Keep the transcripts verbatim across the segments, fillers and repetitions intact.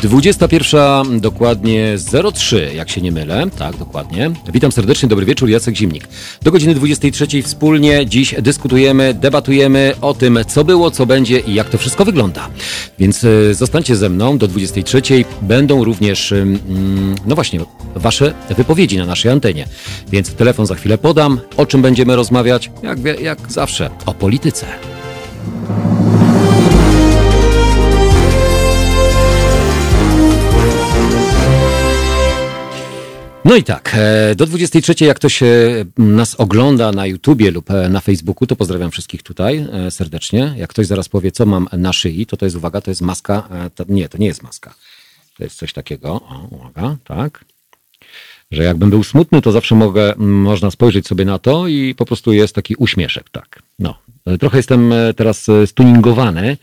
dwudziesta pierwsza, dokładnie zero trzy, jak się nie mylę. Tak, dokładnie. Witam serdecznie, dobry wieczór, Jacek Zimnik. Do godziny dwudziestej trzeciej wspólnie dziś dyskutujemy, debatujemy o tym, co było, co będzie i jak to wszystko wygląda. Więc y, zostańcie ze mną do dwudziestej trzeciej. Będą również, y, no właśnie, wasze wypowiedzi na naszej antenie. Więc telefon za chwilę podam. O czym będziemy rozmawiać? Jak, jak zawsze, o polityce. No i tak, do dwudziestej trzeciej, jak ktoś nas ogląda na YouTubie lub na Facebooku, to pozdrawiam wszystkich tutaj serdecznie. Jak ktoś zaraz powie, co mam na szyi, to to jest, uwaga, to jest maska. To, nie, to nie jest maska. To jest coś takiego, o, uwaga, tak. Że jakbym był smutny, to zawsze mogę, można spojrzeć sobie na to i po prostu jest taki uśmieszek, tak. No, trochę jestem teraz stuningowany.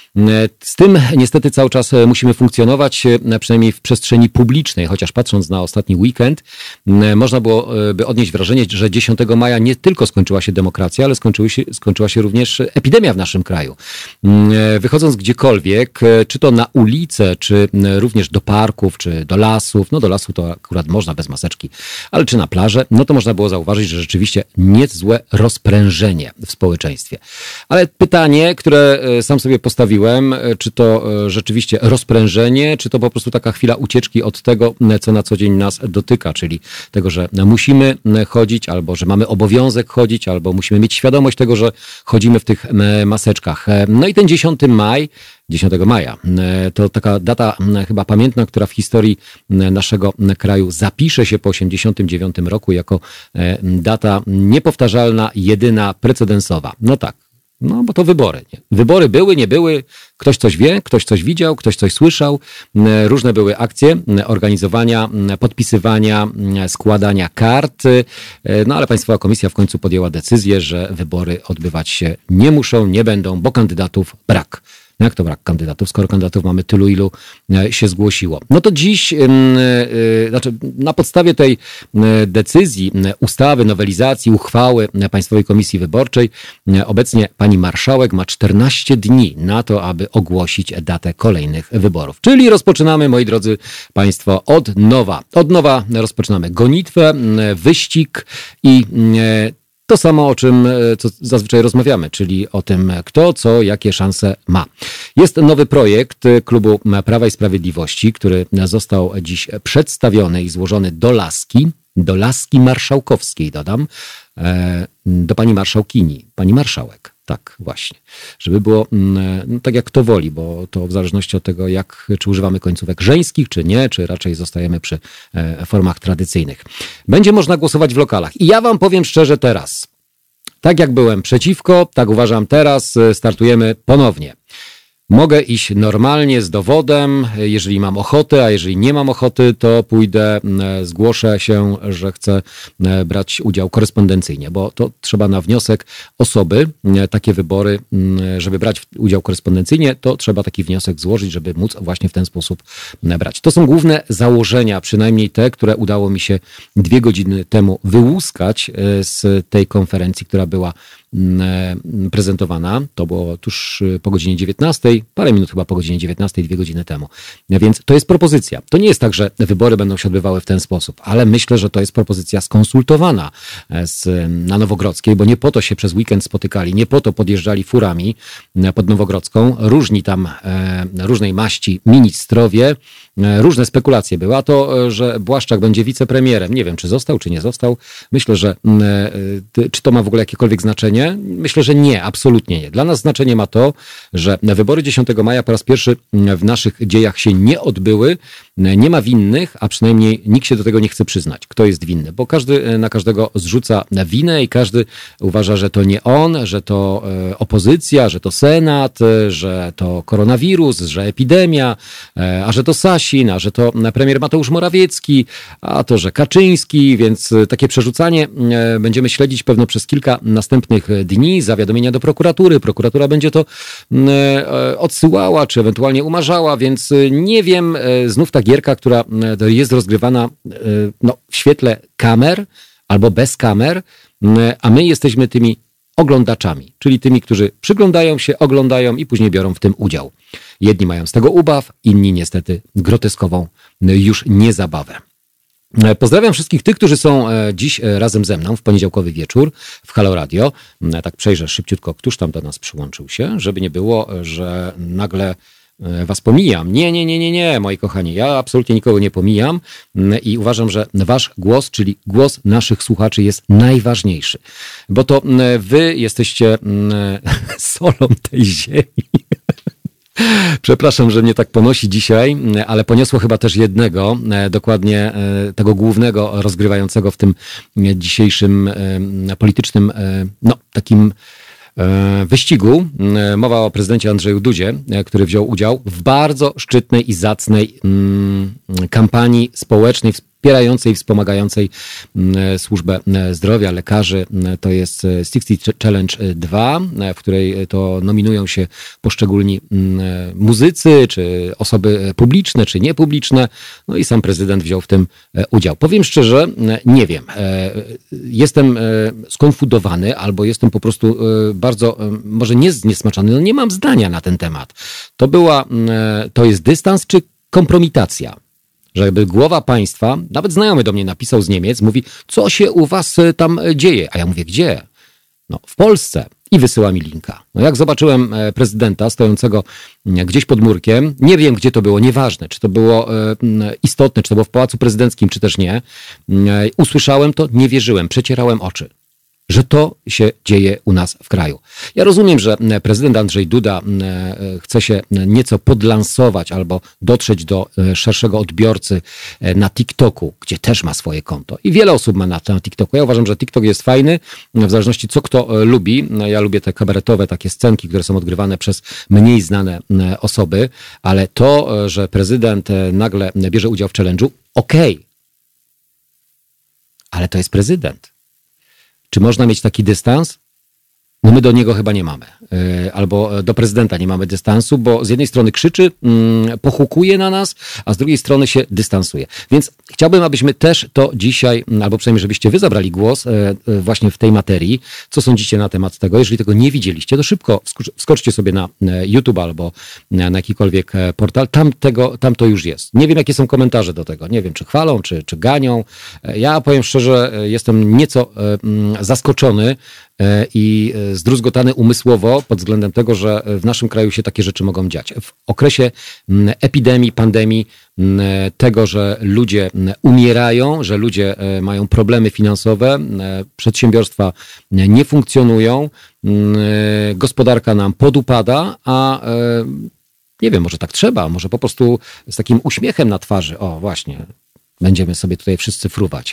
Z tym niestety cały czas musimy funkcjonować, przynajmniej w przestrzeni publicznej, chociaż patrząc na ostatni weekend, można byłoby odnieść wrażenie, że dziesiątego maja nie tylko skończyła się demokracja, ale skończyły się, skończyła się również epidemia w naszym kraju. Wychodząc gdziekolwiek, czy to na ulicę, czy również do parków, czy do lasów, no do lasu to akurat można bez maseczki, ale czy na plażę, no to można było zauważyć, że rzeczywiście niezłe rozprężenie w społeczeństwie. Ale pytanie, które sam sobie postawiłem, czy to rzeczywiście rozprężenie, czy to po prostu taka chwila ucieczki od tego, co na co dzień nas dotyka, czyli tego, że musimy chodzić, albo że mamy obowiązek chodzić, albo musimy mieć świadomość tego, że chodzimy w tych maseczkach. No i ten dziesiąty maja, to taka data chyba pamiętna, która w historii naszego kraju zapisze się po osiemdziesiątym dziewiątym roku jako data niepowtarzalna, jedyna, precedensowa. No tak. No, bo to wybory. Nie? Wybory były, nie były. Ktoś coś wie, ktoś coś widział, ktoś coś słyszał. Różne były akcje organizowania, podpisywania, składania kart. No, ale Państwowa Komisja w końcu podjęła decyzję, że wybory odbywać się nie muszą, nie będą, bo kandydatów brak. Jak to brak kandydatów, skoro kandydatów mamy tylu, ilu się zgłosiło? No to dziś, yy, yy, znaczy na podstawie tej decyzji, ustawy, nowelizacji, uchwały Państwowej Komisji Wyborczej, yy, obecnie pani marszałek ma czternaście dni na to, aby ogłosić datę kolejnych wyborów. Czyli rozpoczynamy, moi drodzy Państwo, od nowa. Od nowa rozpoczynamy gonitwę, yy, wyścig i yy, to samo, o czym co zazwyczaj rozmawiamy, czyli o tym, kto, co, jakie szanse ma. Jest nowy projekt Klubu Prawa i Sprawiedliwości, który został dziś przedstawiony i złożony do laski, do laski marszałkowskiej, dodam, do pani marszałkini, pani marszałek. Tak, właśnie. Żeby było no, tak jak kto woli, bo to w zależności od tego, jak, czy używamy końcówek żeńskich, czy nie, czy raczej zostajemy przy e, formach tradycyjnych. Będzie można głosować w lokalach. I ja wam powiem szczerze teraz, tak jak byłem przeciwko, tak uważam teraz, startujemy ponownie. Mogę iść normalnie z dowodem, jeżeli mam ochotę, a jeżeli nie mam ochoty, to pójdę, zgłoszę się, że chcę brać udział korespondencyjnie, bo to trzeba na wniosek osoby, takie wybory, żeby brać udział korespondencyjnie, to trzeba taki wniosek złożyć, żeby móc właśnie w ten sposób brać. To są główne założenia, przynajmniej te, które udało mi się dwie godziny temu wyłuskać z tej konferencji, która była prezentowana. To było tuż po godzinie dziewiętnastej, parę minut chyba po godzinie dziewiętnastej, dwie godziny temu. Więc to jest propozycja. To nie jest tak, że wybory będą się odbywały w ten sposób, ale myślę, że to jest propozycja skonsultowana z, na Nowogrodzkiej, bo nie po to się przez weekend spotykali, nie po to podjeżdżali furami pod Nowogrodzką, różni tam, e, różnej maści ministrowie, e, różne spekulacje były, a to, że Błaszczak będzie wicepremierem, nie wiem, czy został, czy nie został. Myślę, że e, czy to ma w ogóle jakiekolwiek znaczenie? Myślę, że nie, absolutnie nie. Dla nas znaczenie ma to, że wybory dziesiątego maja po raz pierwszy w naszych dziejach się nie odbyły. Nie ma winnych, a przynajmniej nikt się do tego nie chce przyznać, kto jest winny, bo każdy na każdego zrzuca winę i każdy uważa, że to nie on, że to opozycja, że to Senat, że to koronawirus, że epidemia, a że to Sasin, a że to premier Mateusz Morawiecki, a to, że Kaczyński, więc takie przerzucanie będziemy śledzić pewno przez kilka następnych dni, zawiadomienia do prokuratury, prokuratura będzie to odsyłała, czy ewentualnie umarzała, więc nie wiem, znów ta gierka, która jest rozgrywana no, w świetle kamer albo bez kamer, a my jesteśmy tymi oglądaczami, czyli tymi, którzy przyglądają się, oglądają i później biorą w tym udział. Jedni mają z tego ubaw, inni niestety groteskową już niezabawę. Pozdrawiam wszystkich tych, którzy są dziś razem ze mną w poniedziałkowy wieczór w Halo Radio. Tak przejrzę szybciutko, któż tam do nas przyłączył się, żeby nie było, że nagle was pomijam. Nie, nie, nie, nie, nie, moi kochani. Ja absolutnie nikogo nie pomijam i uważam, że wasz głos, czyli głos naszych słuchaczy jest najważniejszy. Bo to wy jesteście solą tej ziemi. Przepraszam, że mnie tak ponosi dzisiaj, ale poniosło chyba też jednego, dokładnie tego głównego rozgrywającego w tym dzisiejszym politycznym, no takim wyścigu. Mowa o prezydencie Andrzeju Dudzie, który wziął udział w bardzo szczytnej i zacnej kampanii społecznej, wspierającej, wspomagającej służbę zdrowia, lekarzy. To jest sześćdziesiąt Challenge dwa, w której to nominują się poszczególni muzycy, czy osoby publiczne, czy niepubliczne. No i sam prezydent wziął w tym udział. Powiem szczerze, nie wiem. Jestem skonfudowany, albo jestem po prostu bardzo, może nie zniesmaczony, no nie mam zdania na ten temat. To była, to jest dystans, czy kompromitacja? Żeby głowa państwa, nawet znajomy do mnie napisał z Niemiec, mówi, co się u was tam dzieje? A ja mówię, gdzie? No, w Polsce. I wysyła mi linka. No, jak zobaczyłem prezydenta stojącego gdzieś pod murkiem, nie wiem, gdzie to było, nieważne, czy to było istotne, czy to było w Pałacu Prezydenckim, czy też nie. Usłyszałem to, nie wierzyłem, przecierałem oczy, że to się dzieje u nas w kraju. Ja rozumiem, że prezydent Andrzej Duda chce się nieco podlansować albo dotrzeć do szerszego odbiorcy na TikToku, gdzie też ma swoje konto. I wiele osób ma na, na TikToku. Ja uważam, że TikTok jest fajny, w zależności co kto lubi. Ja lubię te kabaretowe takie scenki, które są odgrywane przez mniej znane osoby, ale to, że prezydent nagle bierze udział w challenge'u, okej. Okay. Ale to jest prezydent. Czy można mieć taki dystans? No my do niego chyba nie mamy. Albo do prezydenta nie mamy dystansu, bo z jednej strony krzyczy, pochukuje na nas, a z drugiej strony się dystansuje. Więc chciałbym, abyśmy też to dzisiaj, albo przynajmniej żebyście wy zabrali głos właśnie w tej materii. Co sądzicie na temat tego? Jeżeli tego nie widzieliście, to szybko wskoczcie sobie na YouTube albo na jakikolwiek portal. Tam, tego, tam to już jest. Nie wiem, jakie są komentarze do tego. Nie wiem, czy chwalą, czy, czy ganią. Ja powiem szczerze, jestem nieco zaskoczony i zdruzgotany umysłowo pod względem tego, że w naszym kraju się takie rzeczy mogą dziać. W okresie epidemii, pandemii, tego, że ludzie umierają, że ludzie mają problemy finansowe, przedsiębiorstwa nie funkcjonują, gospodarka nam podupada, a nie wiem, może tak trzeba, może po prostu z takim uśmiechem na twarzy, o właśnie, będziemy sobie tutaj wszyscy fruwać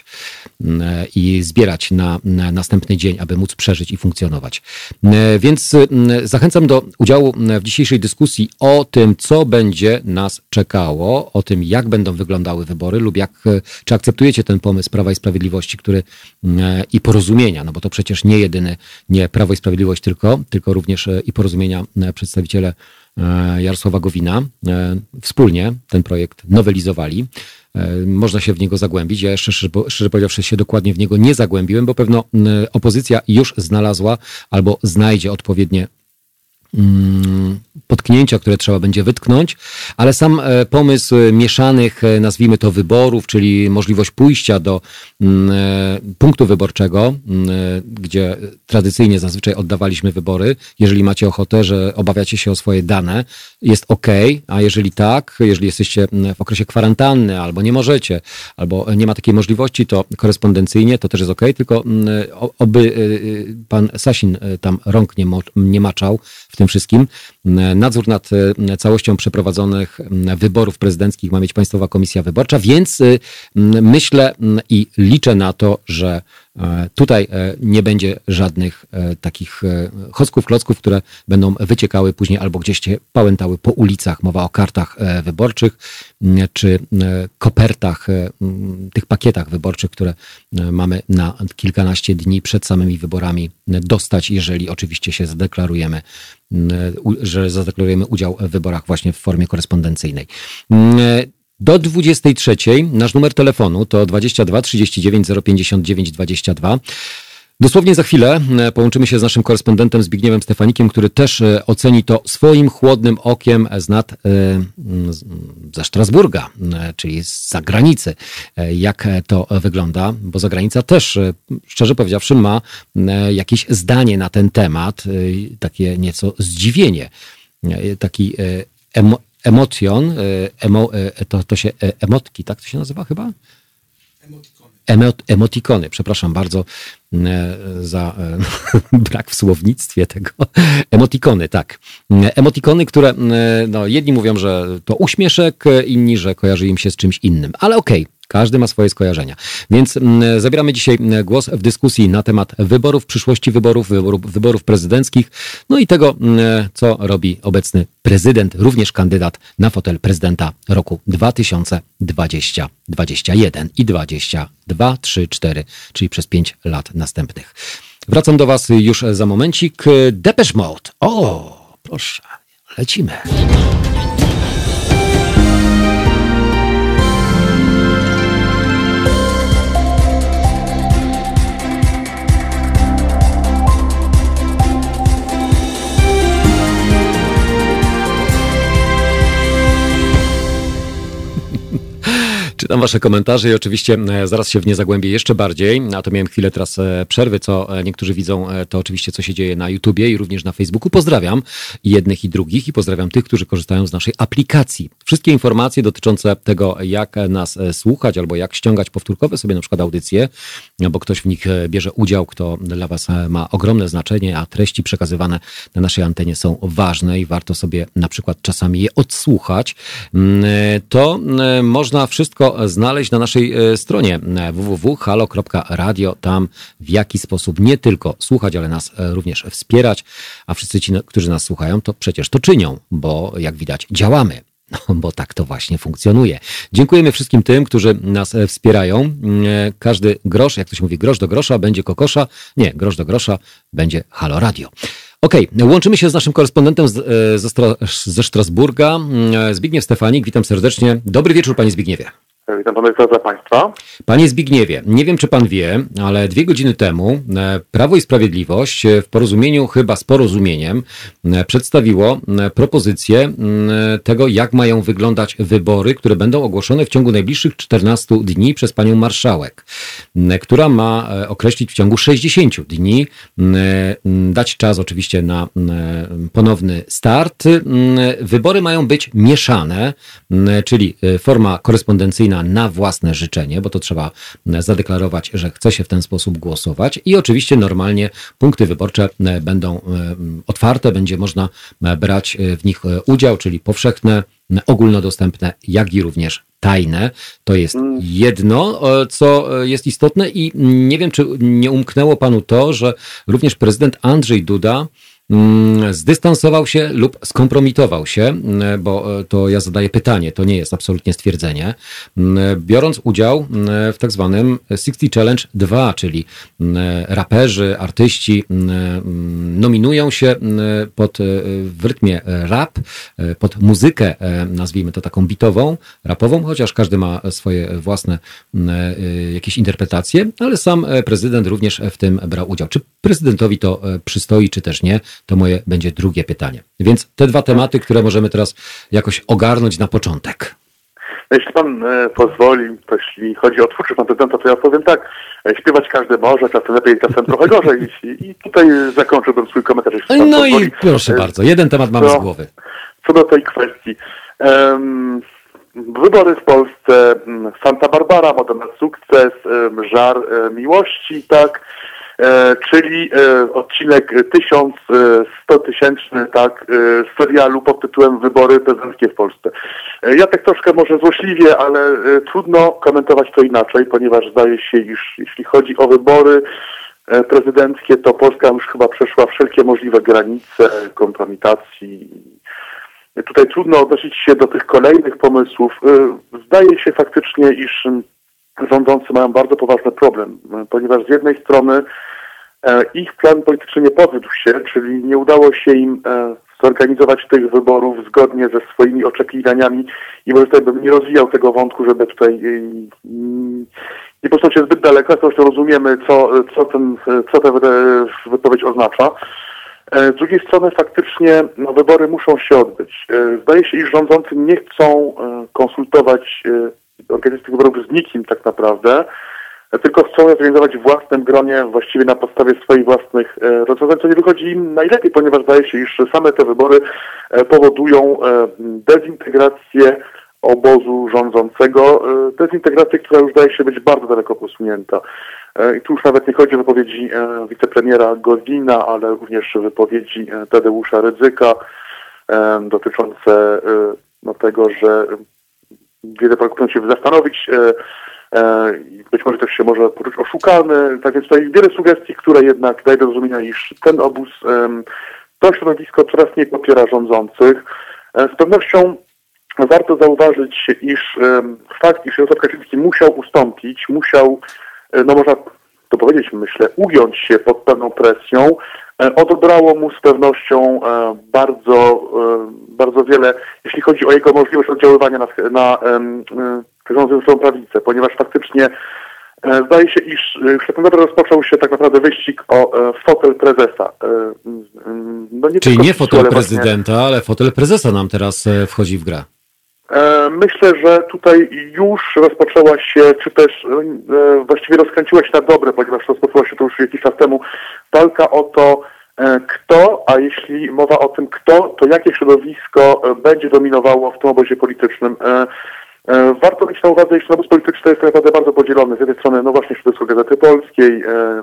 i zbierać na, na następny dzień, aby móc przeżyć i funkcjonować. Więc zachęcam do udziału w dzisiejszej dyskusji o tym, co będzie nas czekało, o tym, jak będą wyglądały wybory lub jak, czy akceptujecie ten pomysł Prawa i Sprawiedliwości, który i Porozumienia, no bo to przecież nie jedyny, nie Prawo i Sprawiedliwość tylko, tylko również i Porozumienia przedstawiciele Jarosława Gowina wspólnie ten projekt nowelizowali. Można się w niego zagłębić. Ja jeszcze szczerze powiedziawszy się dokładnie w niego nie zagłębiłem, bo pewno opozycja już znalazła albo znajdzie odpowiednie potknięcia, które trzeba będzie wytknąć, ale sam pomysł mieszanych, nazwijmy to, wyborów, czyli możliwość pójścia do punktu wyborczego, gdzie tradycyjnie zazwyczaj oddawaliśmy wybory, jeżeli macie ochotę, że obawiacie się o swoje dane, jest ok, a jeżeli tak, jeżeli jesteście w okresie kwarantanny, albo nie możecie, albo nie ma takiej możliwości, to korespondencyjnie to też jest ok, tylko oby pan Sasin tam rąk nie, mo- nie maczał w tym wszystkim. Nadzór nad całością przeprowadzonych wyborów prezydenckich ma mieć Państwowa Komisja Wyborcza, więc myślę i liczę na to, że tutaj nie będzie żadnych takich chocków, klocków, które będą wyciekały później albo gdzieś się pałętały po ulicach. Mowa o kartach wyborczych czy kopertach, tych pakietach wyborczych, które mamy na kilkanaście dni przed samymi wyborami dostać, jeżeli oczywiście się zadeklarujemy, że zadeklarujemy udział w wyborach właśnie w formie korespondencyjnej. Do dwudziestej trzeciej nasz numer telefonu to dwadzieścia dwa trzydzieści dziewięć zero pięćdziesiąt dziewięć dwadzieścia dwa. Dosłownie za chwilę połączymy się z naszym korespondentem Zbigniewem Stefanikiem, który też oceni to swoim chłodnym okiem z nad, ze Strasburga, czyli z zagranicy, jak to wygląda, bo zagranica też, szczerze powiedziawszy, ma jakieś zdanie na ten temat, takie nieco zdziwienie, taki emo, emocjon, emo, to, to się emotki, tak to się nazywa chyba? Emot, emotikony, przepraszam bardzo za brak w słownictwie tego. Emotikony, tak. Emotikony, które no, jedni mówią, że to uśmieszek, inni, że kojarzy im się z czymś innym. Ale okej, okay, każdy ma swoje skojarzenia. Więc zabieramy dzisiaj głos w dyskusji na temat wyborów, przyszłości wyborów, wyborów, wyborów prezydenckich, no i tego, co robi obecny prezydent, również kandydat na fotel prezydenta roku dwa tysiące dwudziestego, dwudziestego pierwszego i dwudziestego drugiego, trzy, cztery, czyli przez pięć lat następnych. Wracam do Was już za momencik. Depeche Mode. O, proszę, lecimy. Czytam wasze komentarze i oczywiście zaraz się w nie zagłębię jeszcze bardziej. A to miałem chwilę teraz przerwy, co niektórzy widzą, to oczywiście co się dzieje na YouTubie i również na Facebooku. Pozdrawiam jednych i drugich i pozdrawiam tych, którzy korzystają z naszej aplikacji. Wszystkie informacje dotyczące tego, jak nas słuchać albo jak ściągać powtórkowe sobie na przykład audycje, bo ktoś w nich bierze udział, kto dla was ma ogromne znaczenie, a treści przekazywane na naszej antenie są ważne i warto sobie na przykład czasami je odsłuchać, to można wszystko znaleźć na naszej stronie w w w kropka halo kropka radio. Tam w jaki sposób nie tylko słuchać, ale nas również wspierać, a wszyscy ci, którzy nas słuchają, to przecież to czynią, bo jak widać działamy. No, bo tak to właśnie funkcjonuje. Dziękujemy wszystkim tym, którzy nas wspierają. Każdy grosz, jak to się mówi, grosz do grosza będzie kokosza. Nie, grosz do grosza będzie Halo Radio. Okej, okay, łączymy się z naszym korespondentem z, ze, Stra- ze Strasburga. Zbigniew Stefanik, witam serdecznie. Dobry wieczór, panie Zbigniewie. Witam pana za państwa. Panie Zbigniewie, nie wiem, czy pan wie, ale dwie godziny temu Prawo i Sprawiedliwość w porozumieniu, chyba z porozumieniem, przedstawiło propozycję tego, jak mają wyglądać wybory, które będą ogłoszone w ciągu najbliższych czternastu dni przez panią marszałek, która ma określić w ciągu sześćdziesięciu dni, dać czas oczywiście na ponowny start. Wybory mają być mieszane, czyli forma korespondencyjna na własne życzenie, bo to trzeba zadeklarować, że chce się w ten sposób głosować i oczywiście normalnie punkty wyborcze będą otwarte, będzie można brać w nich udział, czyli powszechne, ogólnodostępne, jak i również tajne. To jest jedno, co jest istotne i nie wiem, czy nie umknęło panu to, że również prezydent Andrzej Duda zdystansował się lub skompromitował się, bo to ja zadaję pytanie, to nie jest absolutnie stwierdzenie, biorąc udział w tak zwanym sześćdziesiąt Challenge dwa, czyli raperzy, artyści nominują się pod, w rytmie rap, pod muzykę, nazwijmy to taką bitową, rapową, chociaż każdy ma swoje własne jakieś interpretacje, ale sam prezydent również w tym brał udział. Czy prezydentowi to przystoi, czy też nie? To moje będzie drugie pytanie. Więc te dwa tematy, które możemy teraz jakoś ogarnąć na początek. Jeśli pan e, pozwoli, to jeśli chodzi o twórczość pana prezydenta, to ja powiem tak, e, śpiewać każdy może, czasem lepiej, czasem trochę gorzej. I, i tutaj zakończyłbym swój komentarz, jeśli pan No pozwoli. i proszę e, bardzo, jeden temat mamy co, z głowy. Co do tej kwestii. Um, wybory w Polsce, Santa Barbara, Moda na sukces, Żar miłości, tak. E, czyli e, odcinek tysiąc sto tysięczny, tak, e, serialu pod tytułem Wybory prezydenckie w Polsce. E, ja tak troszkę może złośliwie, ale e, trudno komentować to inaczej, ponieważ zdaje się, iż jeśli chodzi o wybory e, prezydenckie, to Polska już chyba przeszła wszelkie możliwe granice kompromitacji. E, tutaj trudno odnosić się do tych kolejnych pomysłów. E, zdaje się faktycznie, iż rządzący mają bardzo poważny problem, ponieważ z jednej strony e, ich plan polityczny nie powiódł się, czyli nie udało się im e, zorganizować tych wyborów zgodnie ze swoimi oczekiwaniami i może tutaj bym nie rozwijał tego wątku, żeby tutaj e, nie posuną się zbyt daleko, zresztą rozumiemy, co, co, ten, co ta wypowiedź oznacza. Z drugiej strony faktycznie no, wybory muszą się odbyć. Zdaje się, iż rządzący nie chcą konsultować organizacji tych wyborów z nikim tak naprawdę, tylko chcą je zorganizować w własnym gronie, właściwie na podstawie swoich własnych rozwiązań, co nie wychodzi im najlepiej, ponieważ zdaje się, iż same te wybory powodują dezintegrację obozu rządzącego, dezintegrację, która już zdaje się być bardzo daleko posunięta. I tu już nawet nie chodzi o wypowiedzi wicepremiera Gowina, ale również wypowiedzi Tadeusza Rydzyka dotyczące no, tego, że wiele Polaków powinno się zastanowić i być może też się może poczuć oszukany. Tak więc tutaj wiele sugestii, które jednak dają do zrozumienia, iż ten obóz, to środowisko coraz mniej popiera rządzących. Z pewnością warto zauważyć, iż fakt, iż Jarosław Kaczyński musiał ustąpić, musiał, no można to powiedzieć, myślę, ugiąć się pod pewną presją, odebrało mu z pewnością bardzo, bardzo wiele, jeśli chodzi o jego możliwość oddziaływania na, na rządzącą prawicę, ponieważ faktycznie zdaje się, iż już tak naprawdę rozpoczął się tak naprawdę wyścig o fotel prezesa. No nie Czyli nie fotel ale prezydenta, właśnie... ale fotel prezesa nam teraz wchodzi w grę. Myślę, że tutaj już rozpoczęła się, czy też właściwie rozkręciła się na dobre, ponieważ rozpoczęła się to już jakiś czas temu, walka o to, kto, a jeśli mowa o tym kto, to jakie środowisko będzie dominowało w tym obozie politycznym. Warto mieć na uwadze, iż obóz polityczny jest tak naprawdę bardzo podzielony. Z jednej strony, no właśnie środowisko Gazety Polskiej,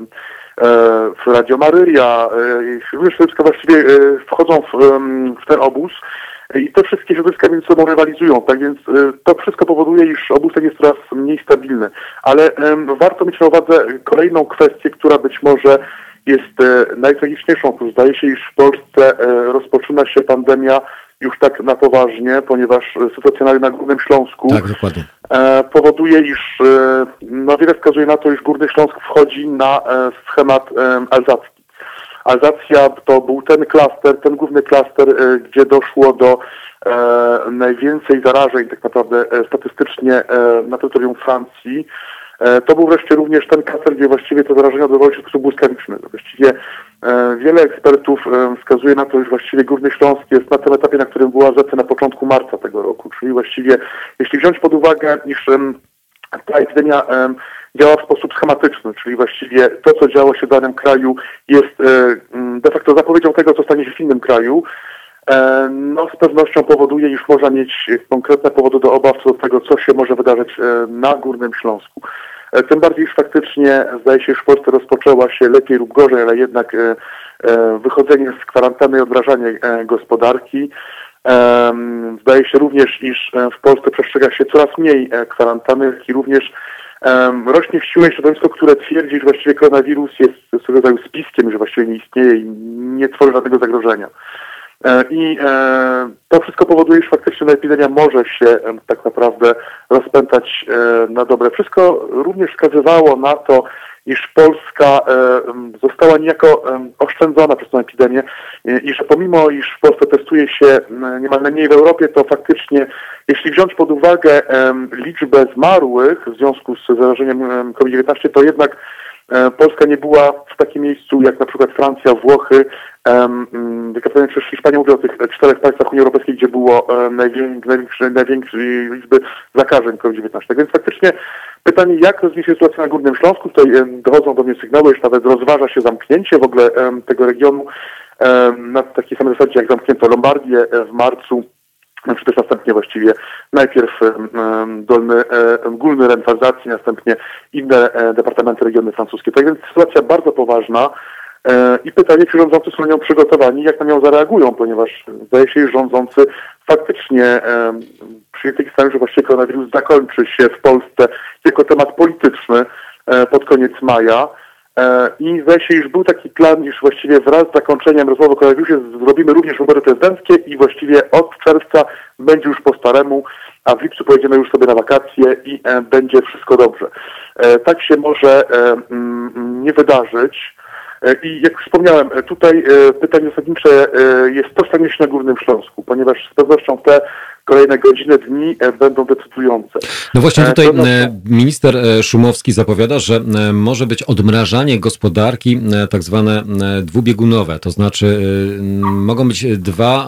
Radio Maryja, również środowiska właściwie wchodzą w, w ten obóz. I te wszystkie środowiska między sobą rywalizują, tak więc to wszystko powoduje, iż obóz ten jest coraz mniej stabilny. Ale um, warto mieć na uwadze kolejną kwestię, która być może jest e, najtragiczniejszą. Zdaje się, iż w Polsce e, rozpoczyna się pandemia już tak na poważnie, ponieważ sytuacja na Górnym Śląsku tak, dokładnie. E, powoduje, iż e, no wiele wskazuje na to, iż Górny Śląsk wchodzi na e, schemat e, alzacki. Alzacja to był ten klaster, ten główny klaster, gdzie doszło do e, najwięcej zarażeń tak naprawdę e, statystycznie e, na terytorium Francji. E, to był wreszcie również ten klaster, gdzie właściwie te zarażenia odbywały się w sposób błyskawiczny. Właściwie e, wiele ekspertów e, wskazuje na to, że właściwie Górny Śląsk jest na tym etapie, na którym była Alzacja na początku marca tego roku. Czyli właściwie, jeśli wziąć pod uwagę, iż e, ta epidemia e, działa w sposób schematyczny, czyli właściwie to, co działo się w danym kraju, jest de facto zapowiedzią tego, co stanie się w innym kraju. No z pewnością powoduje, iż można mieć konkretne powody do obaw co do tego, co się może wydarzyć na Górnym Śląsku. Tym bardziej, iż faktycznie zdaje się, że w Polsce rozpoczęła się lepiej lub gorzej, ale jednak wychodzenie z kwarantanny i odmrażanie gospodarki. Zdaje się również, iż w Polsce przestrzega się coraz mniej kwarantanny, jak i również Um, rośnie w siłę środowisko, które twierdzi, że właściwie koronawirus jest swego rodzaju spiskiem, że właściwie nie istnieje i nie tworzy żadnego zagrożenia. E, I e, to wszystko powoduje, że faktycznie ta epidemia może się e, tak naprawdę rozpętać e, na dobre. Wszystko również wskazywało na to, iż Polska e, została niejako e, oszczędzona przez tę epidemię e, i że pomimo, iż w Polsce testuje się e, niemal najmniej w Europie, to faktycznie, jeśli wziąć pod uwagę e, liczbę zmarłych w związku z zarażeniem e, COVID dziewiętnaście, to jednak e, Polska nie była w takim miejscu jak na przykład Francja, Włochy, Wielka przez Hiszpanię, mówię o tych czterech państwach Unii Europejskiej, gdzie było e, największe, największe, największe liczby zakażeń COVID dziewiętnaście. Tak więc faktycznie pytanie, jak rozwinie się sytuacja na Górnym Śląsku? Tutaj e, dochodzą do mnie sygnały, że nawet rozważa się zamknięcie w ogóle e, tego regionu e, na takiej samej zasadzie, jak zamknięto Lombardię e, w marcu, czy też następnie właściwie najpierw e, dolny, e, górny Ren w Alzacji, następnie inne e, departamenty regiony francuskie. Tak więc sytuacja bardzo poważna. I pytanie, czy rządzący są na nią przygotowani, jak na nią zareagują, ponieważ zdaje się, że rządzący faktycznie e, przyjęli taki stan, że właściwie koronawirus zakończy się w Polsce jako temat polityczny e, pod koniec maja. E, I zdaje się, iż był taki plan, iż właściwie wraz z zakończeniem rozmowy o koronawirusie zrobimy również wybory prezydenckie i właściwie od czerwca będzie już po staremu, a w lipcu pojedziemy już sobie na wakacje i e, będzie wszystko dobrze. E, tak się może e, m, nie wydarzyć. I jak już wspomniałem, tutaj pytanie zasadnicze jest to stanie się na Górnym Śląsku, ponieważ z pewnością te kolejne godziny, dni będą decydujące. No właśnie tutaj minister Szumowski zapowiada, że może być odmrażanie gospodarki tak zwane dwubiegunowe, to znaczy mogą być dwa,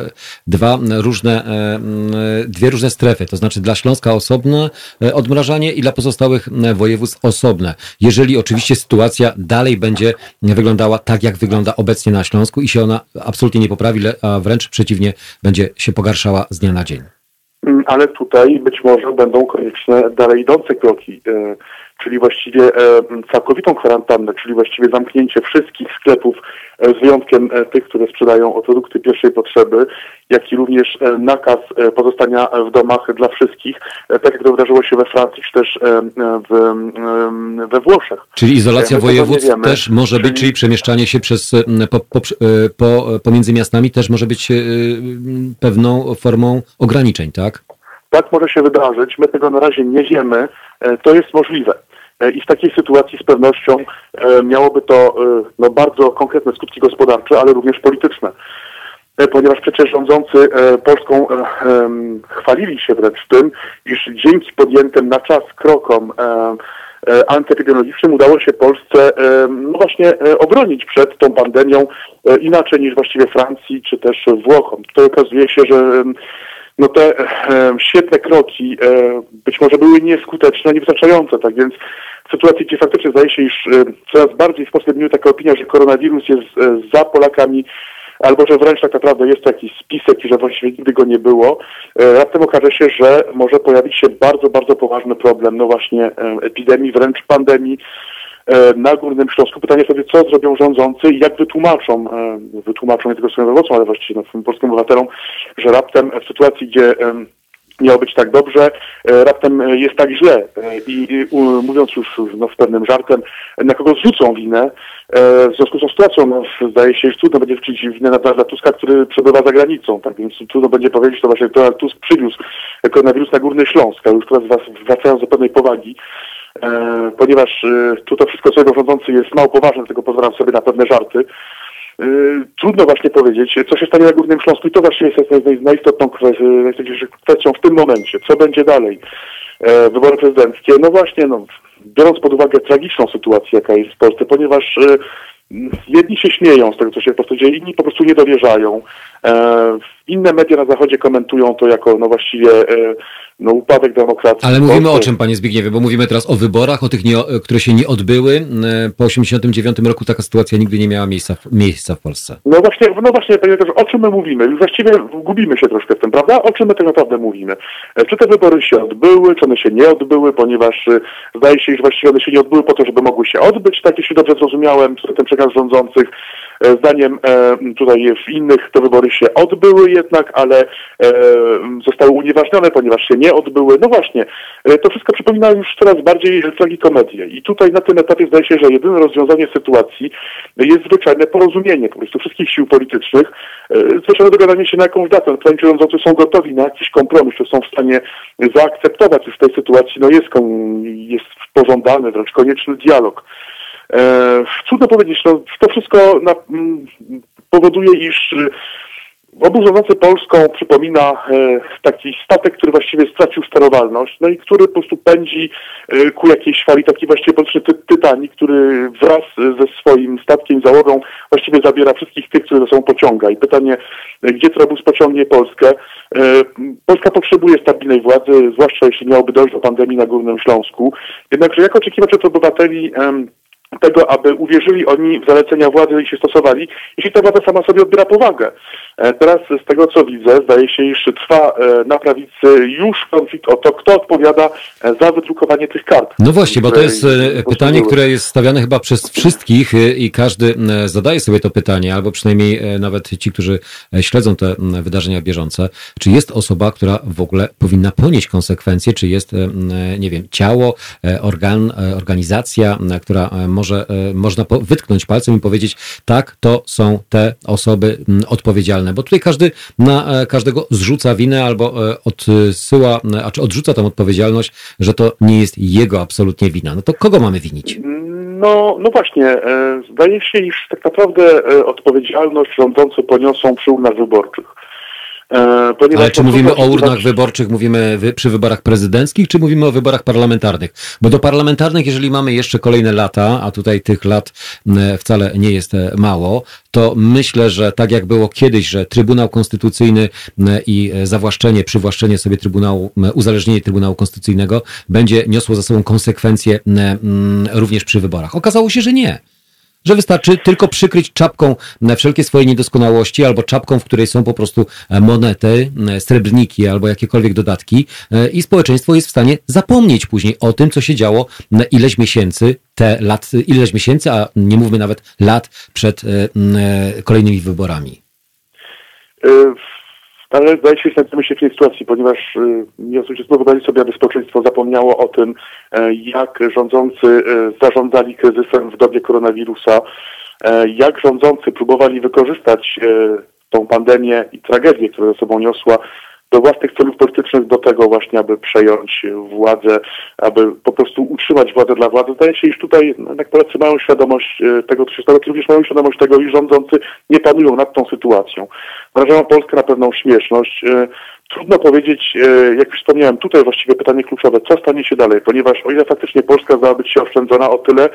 dwa różne, dwie różne strefy, to znaczy dla Śląska osobne odmrażanie i dla pozostałych województw osobne. Jeżeli oczywiście sytuacja dalej będzie wyglądała tak, jak wygląda obecnie na Śląsku i się ona absolutnie nie poprawi, a wręcz przeciwnie, będzie się pogarszała z dnia na dzień. Ale tutaj być może będą konieczne dalej idące kroki, czyli właściwie całkowitą kwarantannę, czyli właściwie zamknięcie wszystkich sklepów z wyjątkiem tych, które sprzedają produkty pierwszej potrzeby, jak i również nakaz pozostania w domach dla wszystkich, tak jak to wydarzyło się we Francji, czy też w, we Włoszech. Czyli izolacja województw też może czyli... być, czyli przemieszczanie się przez, po, po, po, pomiędzy miastami też może być pewną formą ograniczeń, tak? Tak może się wydarzyć. My tego na razie nie wiemy. To jest możliwe. I w takiej sytuacji z pewnością miałoby to no, bardzo konkretne skutki gospodarcze, ale również polityczne. Ponieważ przecież rządzący Polską chwalili się wręcz tym, iż dzięki podjętym na czas krokom antyepidemiologicznym udało się Polsce no właśnie obronić przed tą pandemią inaczej niż właściwie Francji czy też Włochom. To okazuje się, że no te e, świetne kroki e, być może były nieskuteczne, niewystarczające, tak więc w sytuacji, gdzie faktycznie zdaje się, iż e, coraz bardziej w Polsce dominuje taka opinia, że koronawirus jest e, za Polakami, albo że wręcz tak naprawdę jest to jakiś spisek i że właściwie nigdy go nie było, e, raptem okaże się, że może pojawić się bardzo, bardzo poważny problem, no właśnie e, epidemii, wręcz pandemii na Górnym Śląsku. Pytanie sobie, co zrobią rządzący i jak wytłumaczą, wytłumaczą nie tylko swoim wyborcom, ale właściwie no, swoim polskim obywatelom, że raptem w sytuacji, gdzie miało być tak dobrze, raptem jest tak źle. I, i mówiąc już no, z pewnym żartem, na kogo zrzucą winę, w związku z tą sytuacją, no, zdaje się, że trudno będzie wrzucić winę na Donalda Tuska, który przebywa za granicą, tak więc trudno będzie powiedzieć, to właśnie Donald Tusk przywiózł koronawirus na Górny Śląsk, a już teraz wracając do pewnej powagi, E, ponieważ e, tu to wszystko, co rządzący jest mało poważne, dlatego pozwalam sobie na pewne żarty. E, trudno właśnie powiedzieć, co się stanie na Górnym Śląsku i to właśnie jest najistotną kwestią w tym momencie. Co będzie dalej? E, wybory prezydenckie. No właśnie, no, biorąc pod uwagę tragiczną sytuację, jaka jest w Polsce, ponieważ e, jedni się śmieją z tego, co się po prostu dzieje, inni po prostu nie dowierzają. E, inne media na Zachodzie komentują to jako no właściwie e, no, upadek demokracji. Ale mówimy o czym, panie Zbigniewie? Bo mówimy teraz o wyborach, o tych, nie, które się nie odbyły. Po osiemdziesiątym dziewiątym roku taka sytuacja nigdy nie miała miejsca, miejsca w Polsce. No właśnie, no właśnie, panie doktorze, o czym my mówimy? Już właściwie gubimy się troszkę w tym, prawda? O czym my tak naprawdę mówimy? Czy te wybory się odbyły, czy one się nie odbyły, ponieważ zdaje się, że właściwie one się nie odbyły po to, żeby mogły się odbyć, tak jeśli dobrze zrozumiałem, ten przekaz rządzących. Zdaniem e, tutaj w innych te wybory się odbyły jednak, ale e, zostały unieważnione, ponieważ się nie odbyły. No właśnie, e, to wszystko przypomina już coraz bardziej tragikomedię. I tutaj na tym etapie zdaje się, że jedyne rozwiązanie sytuacji jest zwyczajne porozumienie po prostu wszystkich sił politycznych, e, zwyczajne dogadanie się na jakąś datę. Pytanie, czy rządzący są gotowi na jakiś kompromis, czy są w stanie zaakceptować już w tej sytuacji, no jest, jest pożądany, wręcz konieczny dialog. E, trudno powiedzieć, no, to wszystko na, m, powoduje, iż obóz rządzący Polską przypomina e, taki statek, który właściwie stracił sterowalność, no i który po prostu pędzi e, ku jakiejś fali, taki właściwie polityczny ty, Titanic, który wraz ze swoim statkiem, załogą właściwie zabiera wszystkich tych, których ze sobą pociąga. I pytanie, gdzie ten obóz pociągnie Polskę? E, Polska potrzebuje stabilnej władzy, zwłaszcza jeśli miałoby dojść do pandemii na Górnym Śląsku. Jednakże jak oczekiwać od obywateli e, tego, aby uwierzyli oni w zalecenia władzy i się stosowali, jeśli ta władza sama sobie odbiera powagę. Teraz z tego, co widzę, zdaje się, iż trwa na prawicy już konflikt o to, kto odpowiada za wydrukowanie tych kart. No właśnie, bo to jest pytanie, które jest stawiane chyba przez wszystkich i każdy zadaje sobie to pytanie, albo przynajmniej nawet ci, którzy śledzą te wydarzenia bieżące, czy jest osoba, która w ogóle powinna ponieść konsekwencje, czy jest, nie wiem, ciało, organ, organizacja, która może, można wytknąć palcem i powiedzieć, tak, to są te osoby odpowiedzialne, bo tutaj każdy na każdego zrzuca winę albo odsyła, a czy odrzuca tą odpowiedzialność, że to nie jest jego absolutnie wina. No to kogo mamy winić? No, no właśnie, zdaje się, iż tak naprawdę odpowiedzialność rządzący poniosą przy urnach wyborczych. Ponieważ Ale czy mówimy o urnach wyborczych, mówimy wy, przy wyborach prezydenckich, czy mówimy o wyborach parlamentarnych? Bo do parlamentarnych, jeżeli mamy jeszcze kolejne lata, a tutaj tych lat wcale nie jest mało, to myślę, że tak jak było kiedyś, że Trybunał Konstytucyjny i zawłaszczenie, przywłaszczenie sobie Trybunału, uzależnienie Trybunału Konstytucyjnego będzie niosło za sobą konsekwencje również przy wyborach. Okazało się, że nie. Że wystarczy tylko przykryć czapką wszelkie swoje niedoskonałości albo czapką, w której są po prostu monety, srebrniki albo jakiekolwiek dodatki i społeczeństwo jest w stanie zapomnieć później o tym, co się działo ileś miesięcy, te lat, ileś miesięcy, a nie mówmy nawet lat przed kolejnymi wyborami. Ale zdaje się, że znajdujemy się w tej sytuacji, ponieważ y, nie spowodowali sobie, aby społeczeństwo zapomniało o tym, e, jak rządzący e, zarządzali kryzysem w dobie koronawirusa, e, jak rządzący próbowali wykorzystać e, tą pandemię i tragedię, która ze sobą niosła, do własnych celów politycznych, do tego właśnie, aby przejąć władzę, aby po prostu utrzymać władzę dla władzy. Zdaje się, iż tutaj jednak Polacy mają świadomość tego, co się stało, również mają świadomość tego, iż rządzący nie panują nad tą sytuacją. Narażają Polskę na pewną śmieszność. Trudno powiedzieć, jak już wspomniałem, tutaj właściwie pytanie kluczowe, co stanie się dalej, ponieważ o ile faktycznie Polska zdała być się oszczędzona, o tyle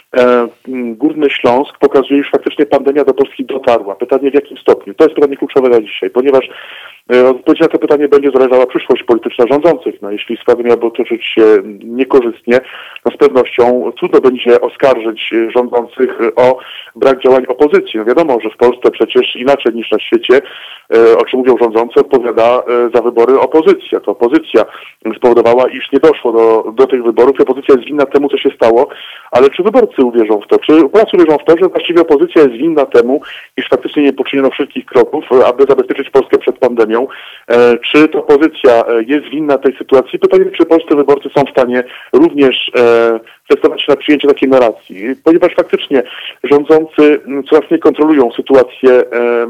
Górny Śląsk pokazuje, iż faktycznie pandemia do Polski dotarła. Pytanie w jakim stopniu? To jest pytanie kluczowe na dzisiaj, ponieważ odpowiedź na to pytanie będzie zależała przyszłość polityczna rządzących. No, jeśli sprawy miałyby otoczyć się niekorzystnie, no z pewnością trudno będzie oskarżyć rządzących o brak działań opozycji. No wiadomo, że w Polsce przecież inaczej niż na świecie, o czym mówią rządzący, odpowiada za wybory opozycja. To opozycja spowodowała, iż nie doszło do, do tych wyborów. Opozycja jest winna temu, co się stało, ale czy wyborcy uwierzą w to? Czy Polacy uwierzą w to, że właściwie opozycja jest winna temu, iż faktycznie nie poczyniono wszystkich kroków, aby zabezpieczyć Polskę przed pandemią? Czy to opozycja jest winna tej sytuacji? Pytanie, czy polscy wyborcy są w stanie również zdecydować się na przyjęcie takiej narracji, ponieważ faktycznie rządzący coraz mniej kontrolują sytuację